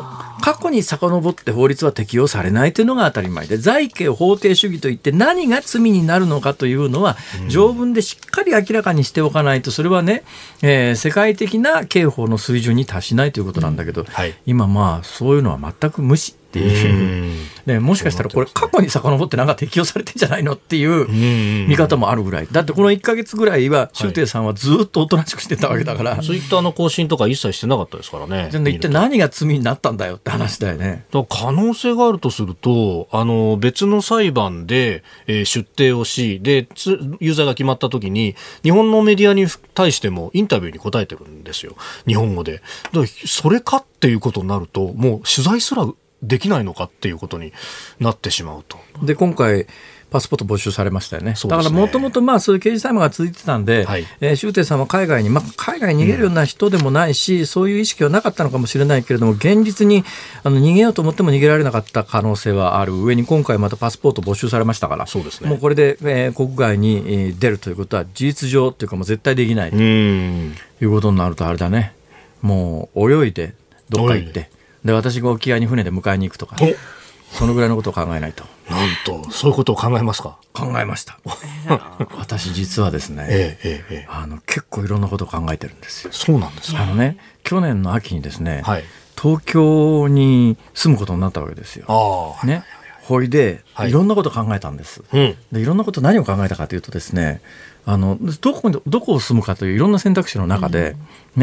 過去に遡って法律は適用されないというのが当たり前で、罪刑法定主義といって何が罪になるのかというのは条文でしっかり明らかにしておかないと、それはね、世界的な刑法の水準に達しないということなんだけど、今まあそういうのは全く無視っていうね、もしかしたらこれ過去に遡ってなんか適用されてんじゃないのっていう見方もあるぐらい。だってこの1ヶ月ぐらいは周庭さんはずっとおとなしくしてたわけだから、 ツイッターの更新とか一切してなかったですからね。 一体何が罪になったんだよって話だよね。 だから可能性があるとすると、別の裁判で、出廷をし、で有罪が決まった時に日本のメディアに対してもインタビューに答えてるんですよ、日本語で。だからそれかっていうことになると、もう取材すらできないのかっていうことになってしまうと。 で今回パスポート没収されましたよね。だからもともとそういう刑事裁判が続いてたんで、周庭さんは海外に逃げるような人でもないし、そういう意識はなかったのかもしれないけれども、現実に逃げようと思っても逃げられなかった可能性はある上に、今回またパスポート没収されましたから、そうですね、もうこれで、国外に出るということは事実上というかもう絶対できないということになると、あれだね、もう泳いでどっか行って、で私が沖合に船で迎えに行くとか、そのぐらいのことを考えないと。 なんとそういうことを考えますか。 考えました。私実はですね、結構いろんなことを考えてるんですよ。 そうなんですか。 去年の秋にですね、東京に住むことになったわけですよ。ほいでいろんなことを考えたんです。でいろんなこと何を考えたかというとですね、どこを住むかといういろんな選択肢の中で、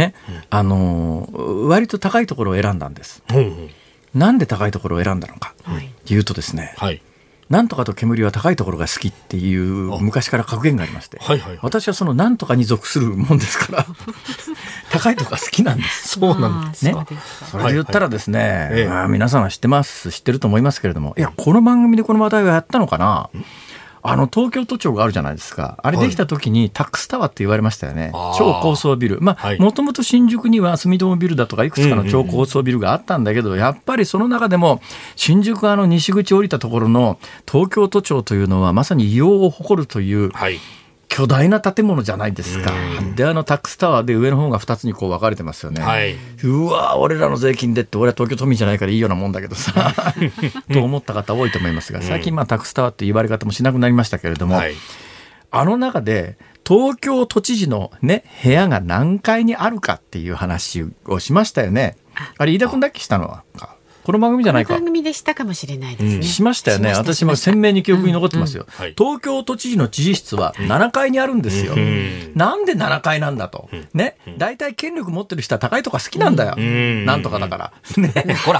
割と高いところを選んだんです。なんで高いところを選んだのかというとですね、なんとかと煙は高いところが好きっていう昔から格言がありまして、私はそのなんとかに属するもんですから高いところが好きなんです。 そうなんですね。 それで言ったらですね、皆さんは知ってると思いますけれども、いやこの番組でこの話題をやったのかな。東京都庁があるじゃないですか。あれできた時にタックスタワーって言われましたよね。超高層ビル。もともと新宿には住友ビルだとかいくつかの超高層ビルがあったんだけど、やっぱりその中でも新宿西口降りたところの東京都庁というのはまさに異様を誇るという巨大な建物じゃないですか。でタックスタワーで上の方が2つにこう分かれてますよね。うわ俺らの税金でって、俺は東京都民じゃないからいいようなもんだけどさと思った方多いと思いますが、最近タックスタワーって言われ方もしなくなりましたけれども、中で東京都知事のね部屋が何階にあるかっていう話をしましたよね。あれ飯田君だっけしたのはこの番組じゃないか。 この番組でしたかもしれないですね。 しましたよね。私も鮮明に記憶に残ってますよ。東京都知事の知事室は7階にあるんですよ。なんで7階なんだと。ね。大体権力持ってる人は高いとか好きなんだよ。なんとかだから。ね。 ほら。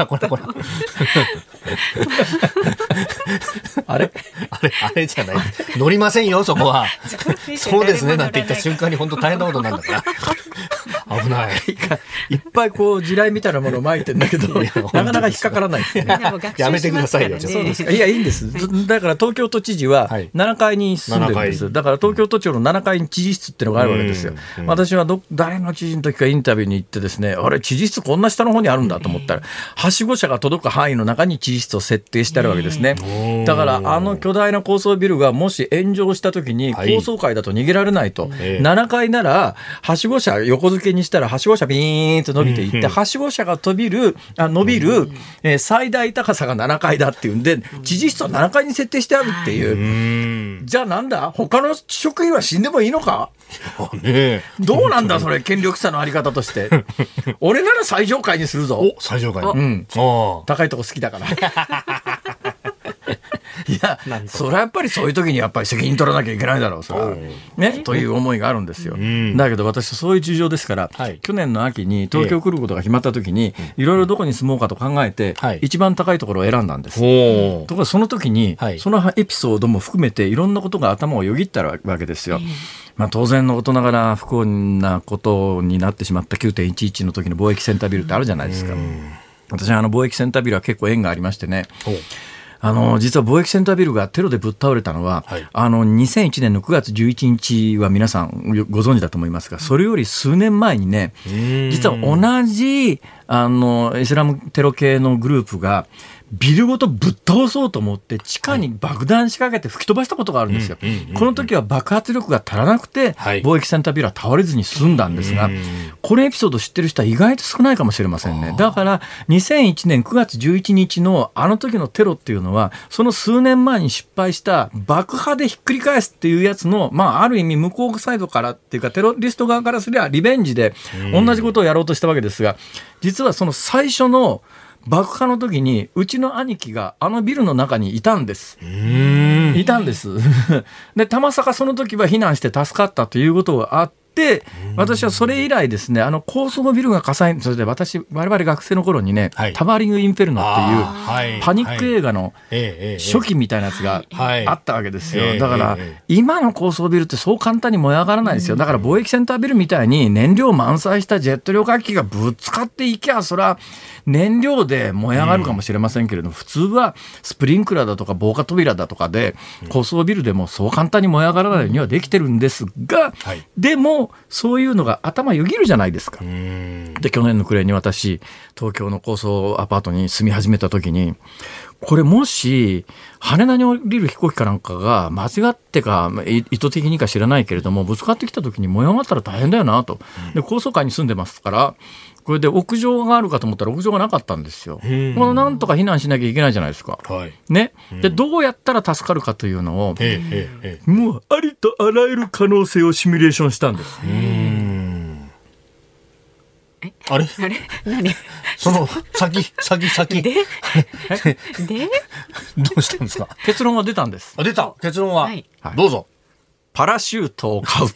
あれじゃない。乗りませんよ、そこは。そうですね、なんて言った瞬間に本当大変なことなんだから。危ない。 いっぱいこう地雷みたいなものを撒いてんだけど、なかなか引っかからないですね。 やめてくださいよ。 そうですか。いやいいんです。だから東京都知事は7階に住んでるんです。だから東京都庁の7階に知事室っていうのがあるわけですよ。私は誰の知事の時かインタビューに行ってですね、あれ知事室こんな下の方にあるんだと思ったら、はしご車が届く範囲の中に知事室を設定してあるわけですね。だから巨大な高層ビルがもし炎上した時に高層階だと逃げられないと、7階ならはしご車横付けにしたらはしご車ビーンと伸びていって、はしご車が伸びる最大高さが7階だっていうんで、知事室は7階に設定してあるっていう。じゃあなんだ、他の職員は死んでもいいのか。どうなんだそれ、権力差のあり方として。俺なら最上階にするぞ。 最上階。 高いとこ好きだから。いや、それはやっぱりそういう時にやっぱり責任取らなきゃいけないだろう、それはね、という思いがあるんですよ。だけど私はそういう事情ですから、去年の秋に東京来ることが決まった時に、いろいろどこに住もうかと考えて、一番高いところを選んだんです。ところがその時に、そのエピソードも含めていろんなことが頭をよぎったわけですよ。当然のことながら不幸なことになってしまった 9.11 の時の貿易センタービルってあるじゃないですか。私は貿易センタービルは結構縁がありましてね、実は貿易センタービルがテロでぶっ倒れたのは、2001年の9月11日は皆さんご存知だと思いますが、それより数年前にね、実は同じイスラムテロ系のグループがビルごとぶっ倒そうと思って地下に爆弾仕掛けて吹き飛ばしたことがあるんですよ。この時は爆発力が足らなくて貿易センタービルは倒れずに済んだんですが、このエピソード知ってる人は意外と少ないかもしれませんね。だから2001年9月11日のあの時のテロっていうのはその数年前に失敗した爆破でひっくり返すっていうやつの、ある意味向こうサイドからっていうかテロリスト側からすればリベンジで同じことをやろうとしたわけですが、実はその最初の爆破の時にうちの兄貴があのビルの中にいたんです。で、たまさかその時は避難して助かったということがあって、私はそれ以来ですね、高層ビルが火災、それで我々学生の頃にね、タワーリングインフェルノっていうパニック映画の初期みたいなやつがあったわけですよ。だから今の高層ビルってそう簡単に燃え上がらないですよ。だから貿易センタービルみたいに燃料満載したジェット旅客機がぶつかっていきゃそれは燃料で燃え上がるかもしれませんけれども、普通はスプリンクラーだとか防火扉だとかで高層ビルでもそう簡単に燃え上がらないようにはできてるんですが、でもそういうのが頭よぎるじゃないですか。で、去年の暮れに私東京の高層アパートに住み始めた時に、これもし羽田に降りる飛行機かなんかが間違ってか意図的にか知らないけれどもぶつかってきた時に燃え上がったら大変だよなと。で、高層階に住んでますからこれで屋上があるかと思ったら屋上がなかったんですよ。なんとか避難しなきゃいけないじゃないですか。ね。で、どうやったら助かるかというのをもうありとあらゆる可能性をシミュレーションしたんです。 あれ何その先でどうしたんですか？ 結論が出たんです。 出た結論は、どうぞ。 パラシュートを買う。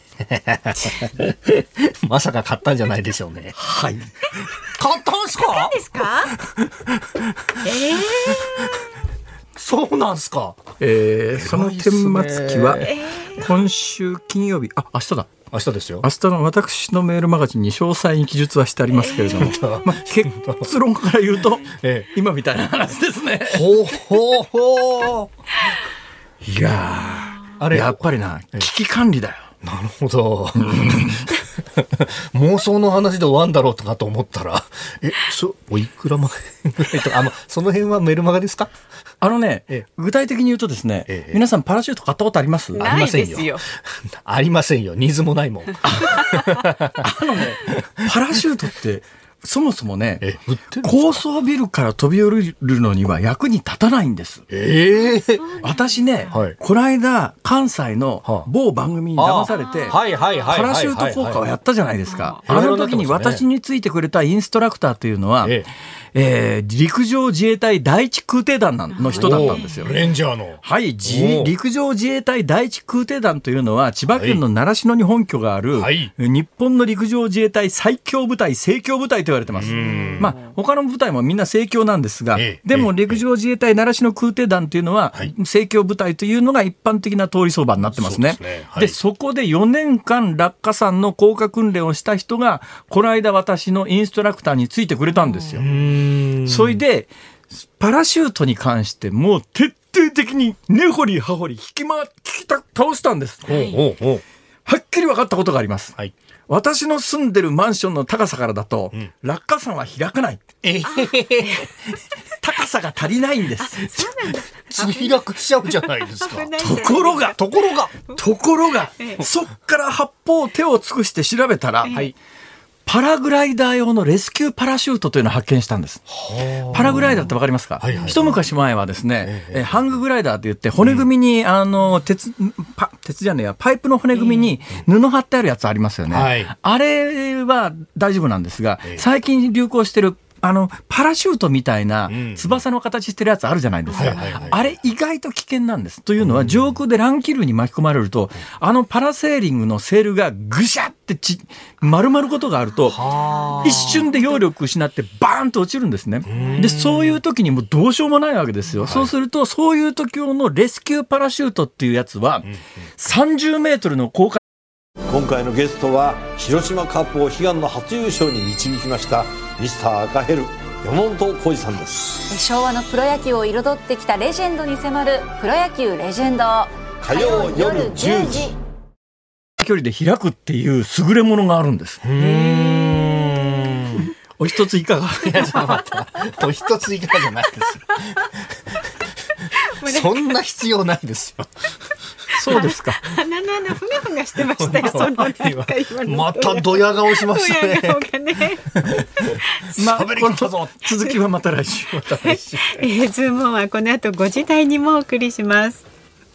まさか買ったんじゃないでしょうね。 はい。 買ったんすか？ 何ですか？ そうなんすか？ その顛末期は今週金曜日、明日だ。 明日ですよ。 明日の私のメールマガジンに詳細に記述はしてありますけれども、結論から言うと、今みたいな話ですね。いややっぱりな、危機管理だよ。 なるほど。妄想の話で終わんだろうとかと思ったら、おいくら万円ぐらいとか、その辺はメルマガですか？ 具体的に言うとですね、皆さんパラシュート買ったことあります？ ないですよ。 ありませんよ。ニーズもないもん。 パラシュートってそもそもね、高層ビルから飛び降りるのには役に立たないんです。私ね、この間関西の某番組に騙されてパラシュート効果をやったじゃないですか。あの時に私についてくれたインストラクターというのは、陸上自衛隊第一空挺団の人だったんですよ。 レンジャーの。 はい、陸上自衛隊第一空挺団というのは千葉県の習志野に本拠がある、日本の陸上自衛隊最強部隊、盛況部隊と言われてます。他の部隊もみんな盛況なんですが、でも陸上自衛隊習志野空挺団というのは、盛況部隊というのが一般的な通り相場になってますね。で、そこで4年間落下傘の降下訓練をした人が、この間私のインストラクターについてくれたんですよ。それでパラシュートに関してもう徹底的に根掘り葉掘り倒したんです。はっきり分かったことがあります。私の住んでるマンションの高さからだと、落下傘は開かない。高さが足りないんです。 墜落しちゃうじゃないですか。 ところが、そっから八方手を尽くして調べたら、パラグライダー用のレスキューパラシュートというのを発見したんです。パラグライダーってわかりますか？一昔前はですね、ハンググライダーって言って骨組みにパイプの骨組みに布貼ってあるやつありますよね。あれは大丈夫なんですが、最近流行してるパラシュートみたいな翼の形してるやつあるじゃないですか。あれ意外と危険なんです。というのは上空で乱気流に巻き込まれると、パラセーリングのセールがぐしゃって丸まることがあると、一瞬で揚力失ってバーンと落ちるんですね。で、そういう時にもうどうしようもないわけですよ。そうすると、そういう時用のレスキューパラシュートっていうやつは、30メートルの高架。 今回のゲストは広島カップを悲願の初優勝に導きましたミスター赤ヘル山本浩二さんです。 昭和のプロ野球を彩ってきたレジェンドに迫るプロ野球レジェンド、 火曜夜10時。 距離で開くっていう優れものがあるんです。 お一ついかが。 いや、ちょっと待って。お一ついかがじゃないですよ。そんな必要ないですよ。 そうですか。 鼻の穴ふがふがしてましたよ。そのなんか今のまたドヤ顔しましたね。 ドヤ顔がね。 まあ、この続きはまた来週。 ズームオンはこの後5時台にもお送りします。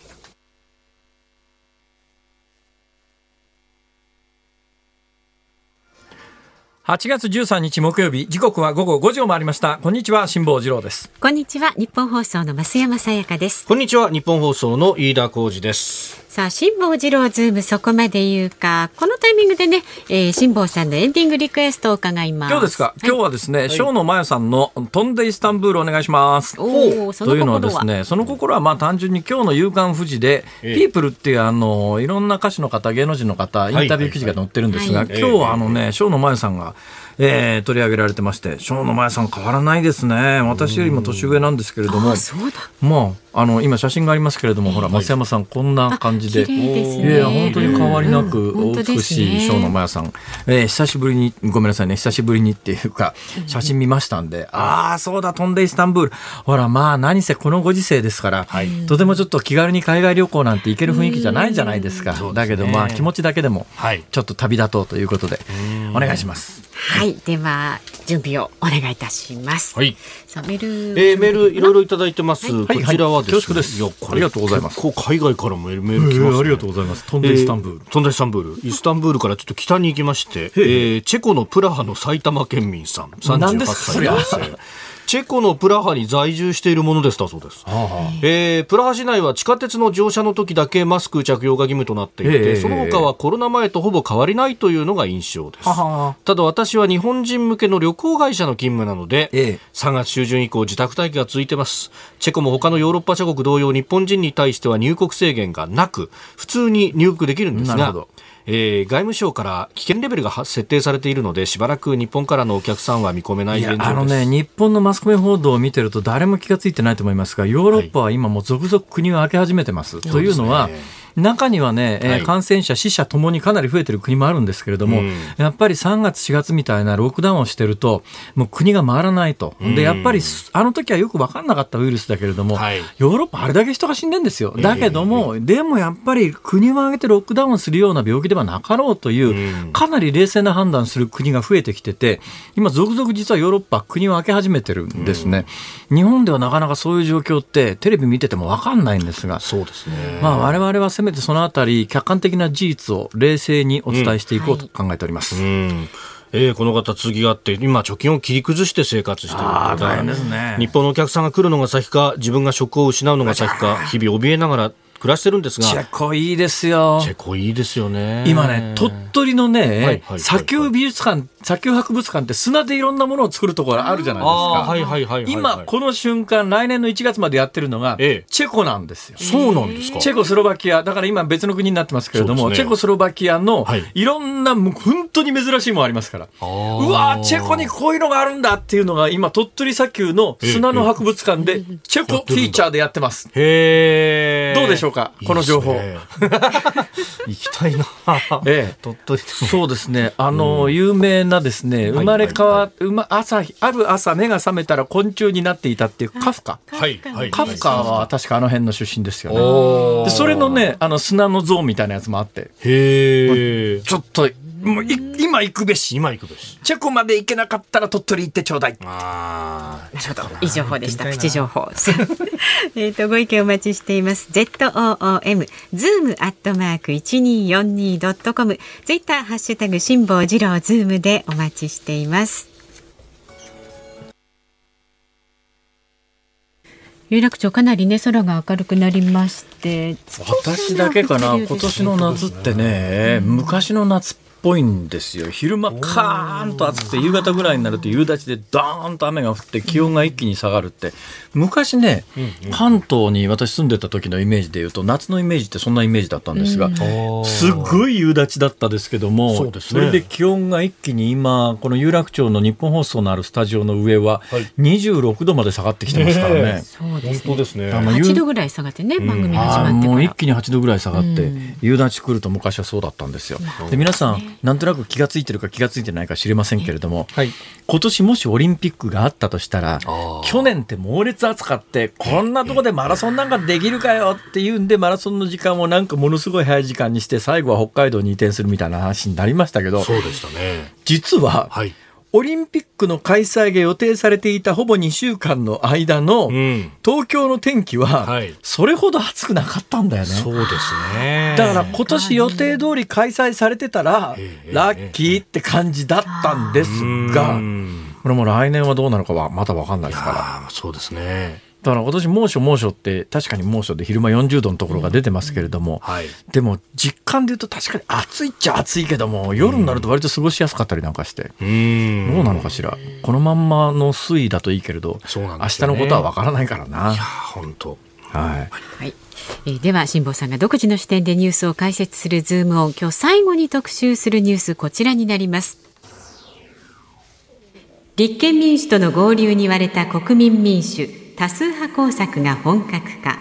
8月13日木曜日、時刻は午後5時を回りました。こんにちは、辛坊治郎です。 こんにちは、日本放送の増山さやかです。 こんにちは、日本放送の飯田浩司です。 さあ、辛坊治郎ズームそこまで言うか、このタイミングでね、辛坊さんのエンディングリクエストを伺います。 今日ですか。今日はですね、生野真也さんの飛んでイスタンブールお願いします。 その心はというのはですね、その心はまあ単純に今日の夕刊フジで、ピープルっていういろんな歌手の方、芸能人の方、インタビュー記事が載ってるんですが、今日は生野真也さんが取り上げられてまして、生野真也さん変わらないですね。私よりも年上なんですけれども、まあ今写真がありますけれども、ほら増山さんこんな感じで、いや本当に変わりなくお美しい生野真也さん、久しぶりにごめんなさいね、久しぶりにっていうか写真見ましたんで、そうだ、飛んでイスタンブール、ほらまあ何せこのご時世ですから、とてもちょっと気軽に海外旅行なんて行ける雰囲気じゃないじゃないですか。だけどまあ気持ちだけでもちょっと旅立とうということでお願いします。 はい、では準備をお願いいたします。 はい。 さあメールいろいろいただいてます。こちらはですね、 いやこれありがとうございます。 海外からもメール来ますね。 ありがとうございます。飛んでイスタンブール、 飛んでイスタンブール、イスタンブールからちょっと北に行きまして、チェコのプラハの埼玉県民さん、38歳男性。チェコのプラハに在住しているものですだそうです。プラハ市内は地下鉄の乗車の時だけマスク着用が義務となっていて、その他はコロナ前とほぼ変わりないというのが印象です。ただ私は日本人向けの旅行会社の勤務なので、3月中旬以降自宅待機が続いています。チェコも他のヨーロッパ諸国同様、日本人に対しては入国制限がなく普通に入国できるんですが、外務省から危険レベルが設定されているので、しばらく日本からのお客さんは見込めない現状です。 日本のマスコミ報道を見てると誰も気がついてないと思いますが、ヨーロッパは今もう続々国を開け始めてます。というのは、中にはね、感染者死者ともにかなり増えてる国もあるんですけれども、やっぱり3月4月みたいなロックダウンをしてるともう国が回らないと。でやっぱりあの時はよく分かんなかったウイルスだけれども、ヨーロッパあれだけ人が死んでんですよ。だけども、でもやっぱり国を挙げてロックダウンするような病気ではなかろうというかなり冷静な判断する国が増えてきてて、今続々実はヨーロッパ国を開け始めてるんですね。日本ではなかなかそういう状況ってテレビ見てても分かんないんですが、 そうですね。 まあ我々はせめてそのあたり客観的な事実を冷静にお伝えしていこうと考えております。 この方次があって、今貯金を切り崩して生活しているので、 大変ですね。 日本のお客さんが来るのが先か、自分が職を失うのが先か、日々怯えながら暮らしてるんですが、 チェコいいですよ。 チェコいいですよね。 今ね、鳥取のね、砂丘美術館、砂丘博物館って砂でいろんなものを作るところあるじゃないですか。今この瞬間、来年の1月までやってるのがチェコなんですよ。 そうなんですか。 チェコスロバキアだから今別の国になってますけれども、チェコスロバキアのいろんな本当に珍しいものありますから、うわチェコにこういうのがあるんだっていうのが今鳥取砂丘の砂の博物館でチェコフィーチャーでやってます。どうでしょうか、この情報。 行きたいな。鳥取。 そうですね。有名なですね、生まれ変わある朝目が覚めたら昆虫になっていたっていうカフカ。カフカは確かあの辺の出身ですよね。でそれのね、砂の像みたいなやつもあって。ちょっともう今行くべし。チェコまで行けなかったら鳥取行ってちょうだい。 いい情報でした。プチ情報。ご意見お待ちしています。ZOOM zoom@1242.com、 ツイッターハッシュタグ辛坊治郎ズームでお待ちしています。有楽町かなりね空が明るくなりまして、 私だけかな、今年の夏ってね、昔の夏っぽいんですよ。昼間カーンと暑くて、夕方ぐらいになると夕立でドーンと雨が降って気温が一気に下がるって、昔ね、関東に私住んでた時のイメージでいうと夏のイメージってそんなイメージだったんですが、すごい夕立だったですけども、それで気温が一気に今この有楽町の日本放送のあるスタジオの上は26度まで下がってきてますからね。 そうですね。 本当ですね。 8度ぐらい下がってね、番組始まってからもう一気に8度ぐらい下がって、夕立来ると昔はそうだったんですよ。で皆さんなんとなく気がついてるか気がついてないか知りませんけれども、 はい、 今年もしオリンピックがあったとしたら、去年って猛烈暑かって、こんなとこでマラソンなんかできるかよっていうんで、マラソンの時間をなんかものすごい早い時間にして、最後は北海道に移転するみたいな話になりましたけど、 そうでしたね。 実は、はい、オリンピックの開催が予定されていたほぼ2週間の間の東京の天気はそれほど暑くなかったんだよね。 そうですね。 だから今年予定通り開催されてたらラッキーって感じだったんですが、これも来年はどうなのかはまだ分かんないですから。 そうですね。 だから今年猛暑って確かに猛暑で昼間40度のところが出てますけれども、はい、でも実感で言うと確かに暑いっちゃ暑いけども、夜になると割と過ごしやすかったりなんかして、どうなのかしら。このまんまの推移だといいけれど、そうなんですよね、明日のことはわからないからな。 いや本当、 はいはい、では辛坊さんが独自の視点でニュースを解説するズームオン、今日最後に特集するニュース、こちらになります。立憲民主との合流に割れた国民民主、多数派工作が本格化。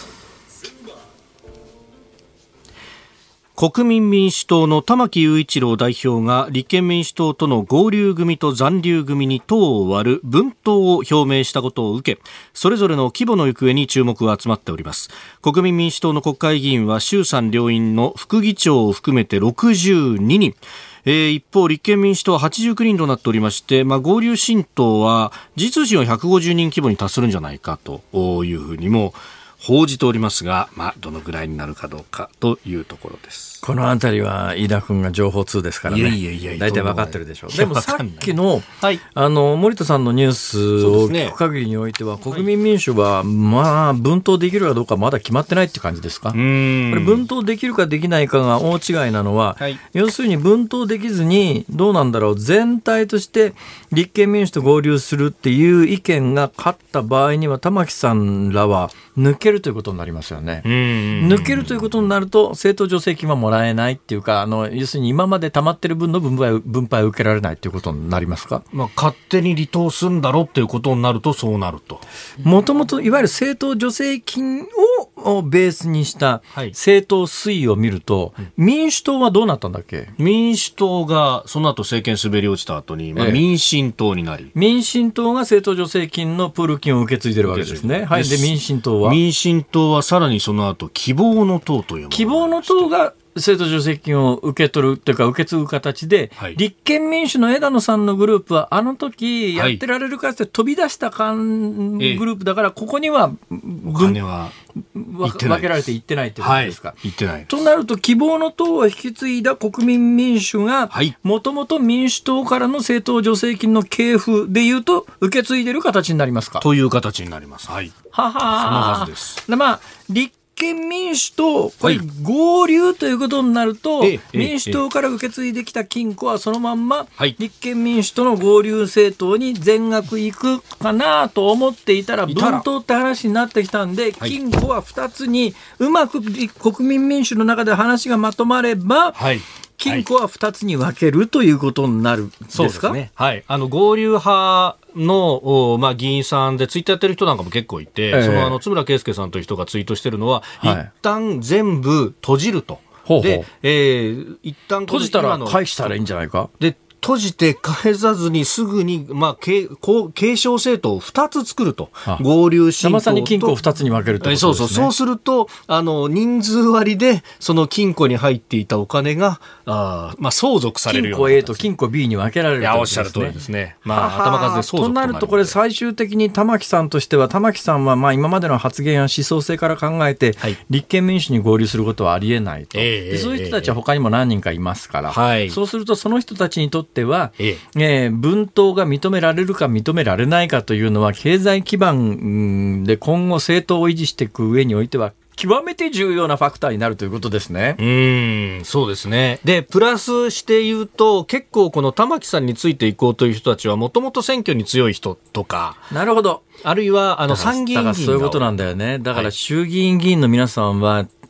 国民民主党の玉木雄一郎代表が立憲民主党との合流組と残留組に党を割る分党を表明したことを受け、それぞれの規模の行方に注目が集まっております。国民民主党の国会議員は衆参両院の副議長を含めて62人、一方立憲民主党は89人となっておりまして、合流新党は実質は150人規模に達するんじゃないかというふうにも報じておりますが、どのぐらいになるかどうかというところです。 このあたりは飯田君が情報通ですからね、大体分かってるでしょう。でもさっきの、はい、森田さんのニュースを聞く限りにおいては、国民民主は分党できるかどうかまだ決まってないって感じですか。これ分党できるかできないかが大違いなのは、はい、要するに分党できずにどうなんだろう、全体として立憲民主と合流するっていう意見が勝った場合には、玉木さんらは抜けるということになりますよね。抜けるということになると政党助成金はもらえないっていうか、要するに今まで溜まってる分の分配を受けられないということになりますか。 勝手に離党するんだろうっていうことになるとそうなると、 もともといわゆる政党助成金をベースにした政党推移を見ると、民主党はどうなったんだっけ。 民主党がその後政権滑り落ちた後に、民進党になり、 民進党が政党助成金のプール金を受け継いでるわけですね。はい、で民進党はさらにその後希望の党というもの、 希望の党が政党助成金を受け取るというか受け継ぐ形で、はい、立憲民主の枝野さんのグループはあの時やってられるかって飛び出したグループだから、ここにはお金は分けられていってないということですか。 いってないとなると、希望の党を引き継いだ国民民主がもともと民主党からの政党助成金の系譜でいうと受け継いでいる形になりますか。 という形になります。はい、 はは、 そのはずです。 立憲民主とこれ合流ということになると、民主党から受け継いできた金庫はそのまんま立憲民主との合流政党に全額いくかなと思っていたら、分党って話になってきたんで、金庫は2つにうまく国民民主の中で話がまとまれば、金庫は2つに分けるということになるんですか。 そうですね。はい、合流派の、議員さんでツイッターやってる人なんかも結構いて、津村圭介さんという人がツイートしてるのは、一旦全部閉じると。で、一旦閉じたら返したらいいんじゃないか。 で閉じて返さずにすぐに、継承政党を2つ作ると。合流新党とまさに金庫を2つに分けるってことですね。 そうすると人数割でその金庫に入っていたお金が相続されるような、 金庫 A と金庫 B に分けられる、 いやおっしゃる通りですね。頭数で相続となると、これ最終的に玉木さんとしては、玉木さんは今までの発言や思想性から考えて、立憲民主に合流することはありえないと。でそういう人たちは他にも何人かいますから、そうするとその人たちにとっては、分党が認められるか認められないかというのは、経済基盤で今後政党を維持していく上においては極めて重要なファクターになるということですね。 そうですね。でプラスして言うと、結構この玉木さんについていこうという人たちはもともと選挙に強い人とか、 なるほど、 あるいは参議院議員だからそういうことなんだよね。だから衆議院議員の皆さんは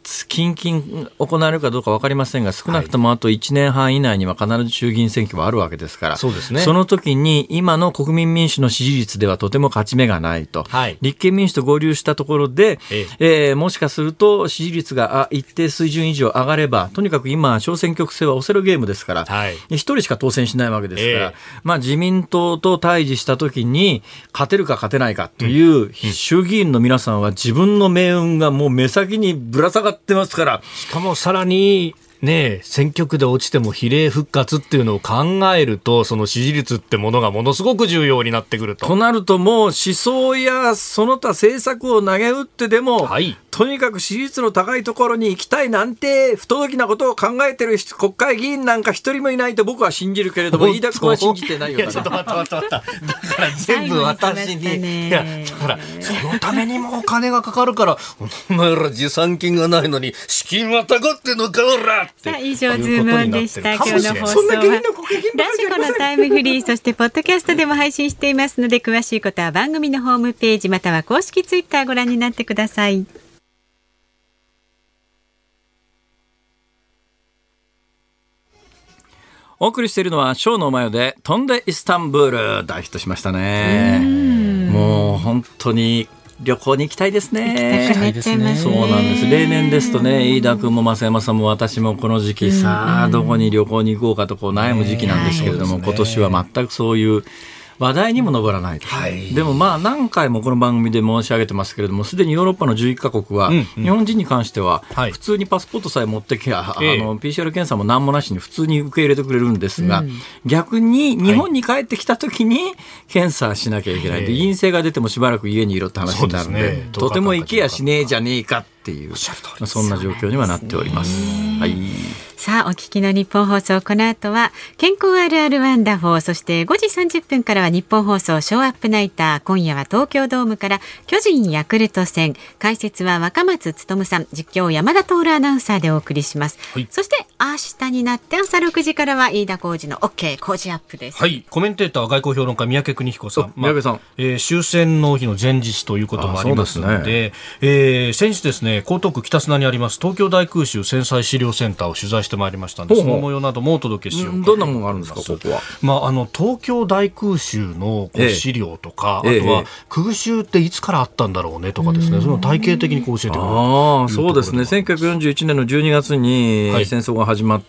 近々行われるかどうか分かりませんが、少なくともあと1年半以内には必ず衆議院選挙はあるわけですから、 そうですね、 その時に今の国民民主の支持率ではとても勝ち目がないと、はい、立憲民主と合流したところで、もしかすると支持率が一定水準以上上がれば、とにかく今小選挙区制はオセロゲームですから、はい、1人しか当選しないわけですから、自民党と対峙した時に勝てるか勝てないかという衆議院の皆さんは自分の命運がもう目先にぶら下がってますから、 しかもさらにね、選挙区で落ちても比例復活っていうのを考えると、その支持率ってものがものすごく重要になってくると。 となると、もう思想やその他政策を投げ打ってでも、はい、とにかく支持率の高いところに行きたいなんて不届きなことを考えてる国会議員なんか一人もいないと僕は信じるけれども、飯田君は信じてないよ。 いや、ちょっと待っただから全部私に、いや、だからそのためにもお金がかかるから、お前ら持参金がないのに資金はたかってんのか、おら。 さあ、以上ズームオンでした。今日の放送はラジコのタイムフリー、そしてポッドキャストでも配信していますので、詳しいことは番組のホームページまたは公式ツイッターご覧になってください。 お送りしているのはショーの前で飛んでイスタンブール、大ヒットしましたね。もう本当に旅行に行きたいですね。 行きたくなっちゃいますね。 そうなんです。例年ですとね、飯田君も増山さんも私もこの時期、さあどこに旅行に行こうかとこう悩む時期なんですけれども、今年は全くそういう話題にも上らないと、はい、でも何回もこの番組で申し上げてますけれども、すでにヨーロッパの11カ国は、日本人に関しては普通にパスポートさえ持ってきゃ、PCR 検査も何もなしに普通に受け入れてくれるんですが、逆に日本に帰ってきた時に検査しなきゃいけない、で陰性が出てもしばらく家にいろって話になるので、とても行けやしねえじゃねえかっていう、そんな状況にはなっております。はい。 さあ、お聞きの日本放送、この後は健康あるあるワンダフォー、そして5時30分からは日本放送ショーアップナイター。今夜は東京ドームから巨人ヤクルト戦、解説は若松勉さん、実況山田徹アナウンサーでお送りします、はい、そして明日になって朝6時からは飯田浩司の OK 工事アップです。 はい、コメンテーターは外交評論家三宅邦彦さん、 三宅さん、 終戦の日の前日ということもありますので、先日ですね、江東区北砂にあります東京大空襲戦災資料センターを取材してまいりましたので、その模様などもお届けしよう。 どんなものがあるんですか、ここは。 東京大空襲の資料とか、あとは空襲っていつからあったんだろうねとかですね、その体系的に教えてくれる。 そうですね、1941年の12月に戦争が始まって、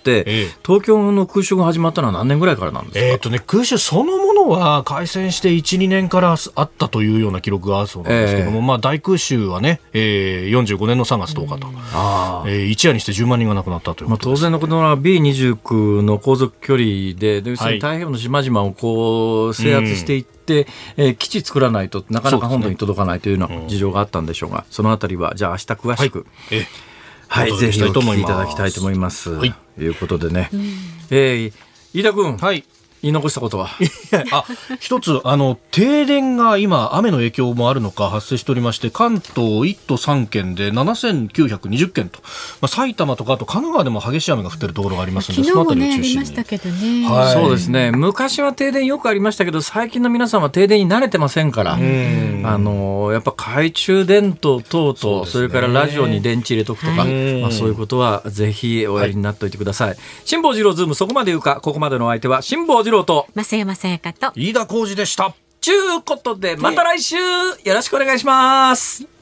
東京の空襲が始まったのは何年ぐらいからなんですか。 空襲そのものは開戦して 1,2 年からあったというような記録があるそうなんですけども、大空襲はね、45年の3月10日と、一夜にして10万人が亡くなったということです。 当然のことなら B29 の航続距離で、太平洋の島々をこう制圧していって、基地作らないとなかなか本土に届かないというような事情があったんでしょうが、そのあたりはじゃあ明日詳しく、ぜひお聞きいただきたいと思います。ということでね、飯田君、言い残したことは一つ停電が今雨の影響もあるのか発生しておりまして、関東1都3県で7920件と、埼玉とかあと神奈川でも激しい雨が降っているところがありますので、 昨日もねありましたけどね、 そうですね、昔は停電よくありましたけど、最近の皆さんは停電に慣れてませんから、やっぱ懐中電灯等々、それからラジオに電池入れとくとか、そういうことはぜひおやりになっておいてください。辛坊治郎ズームそこまで言うか。ここまでのお相手は辛坊治郎と増山さやかと飯田浩司でした。 ということで、また来週よろしくお願いします。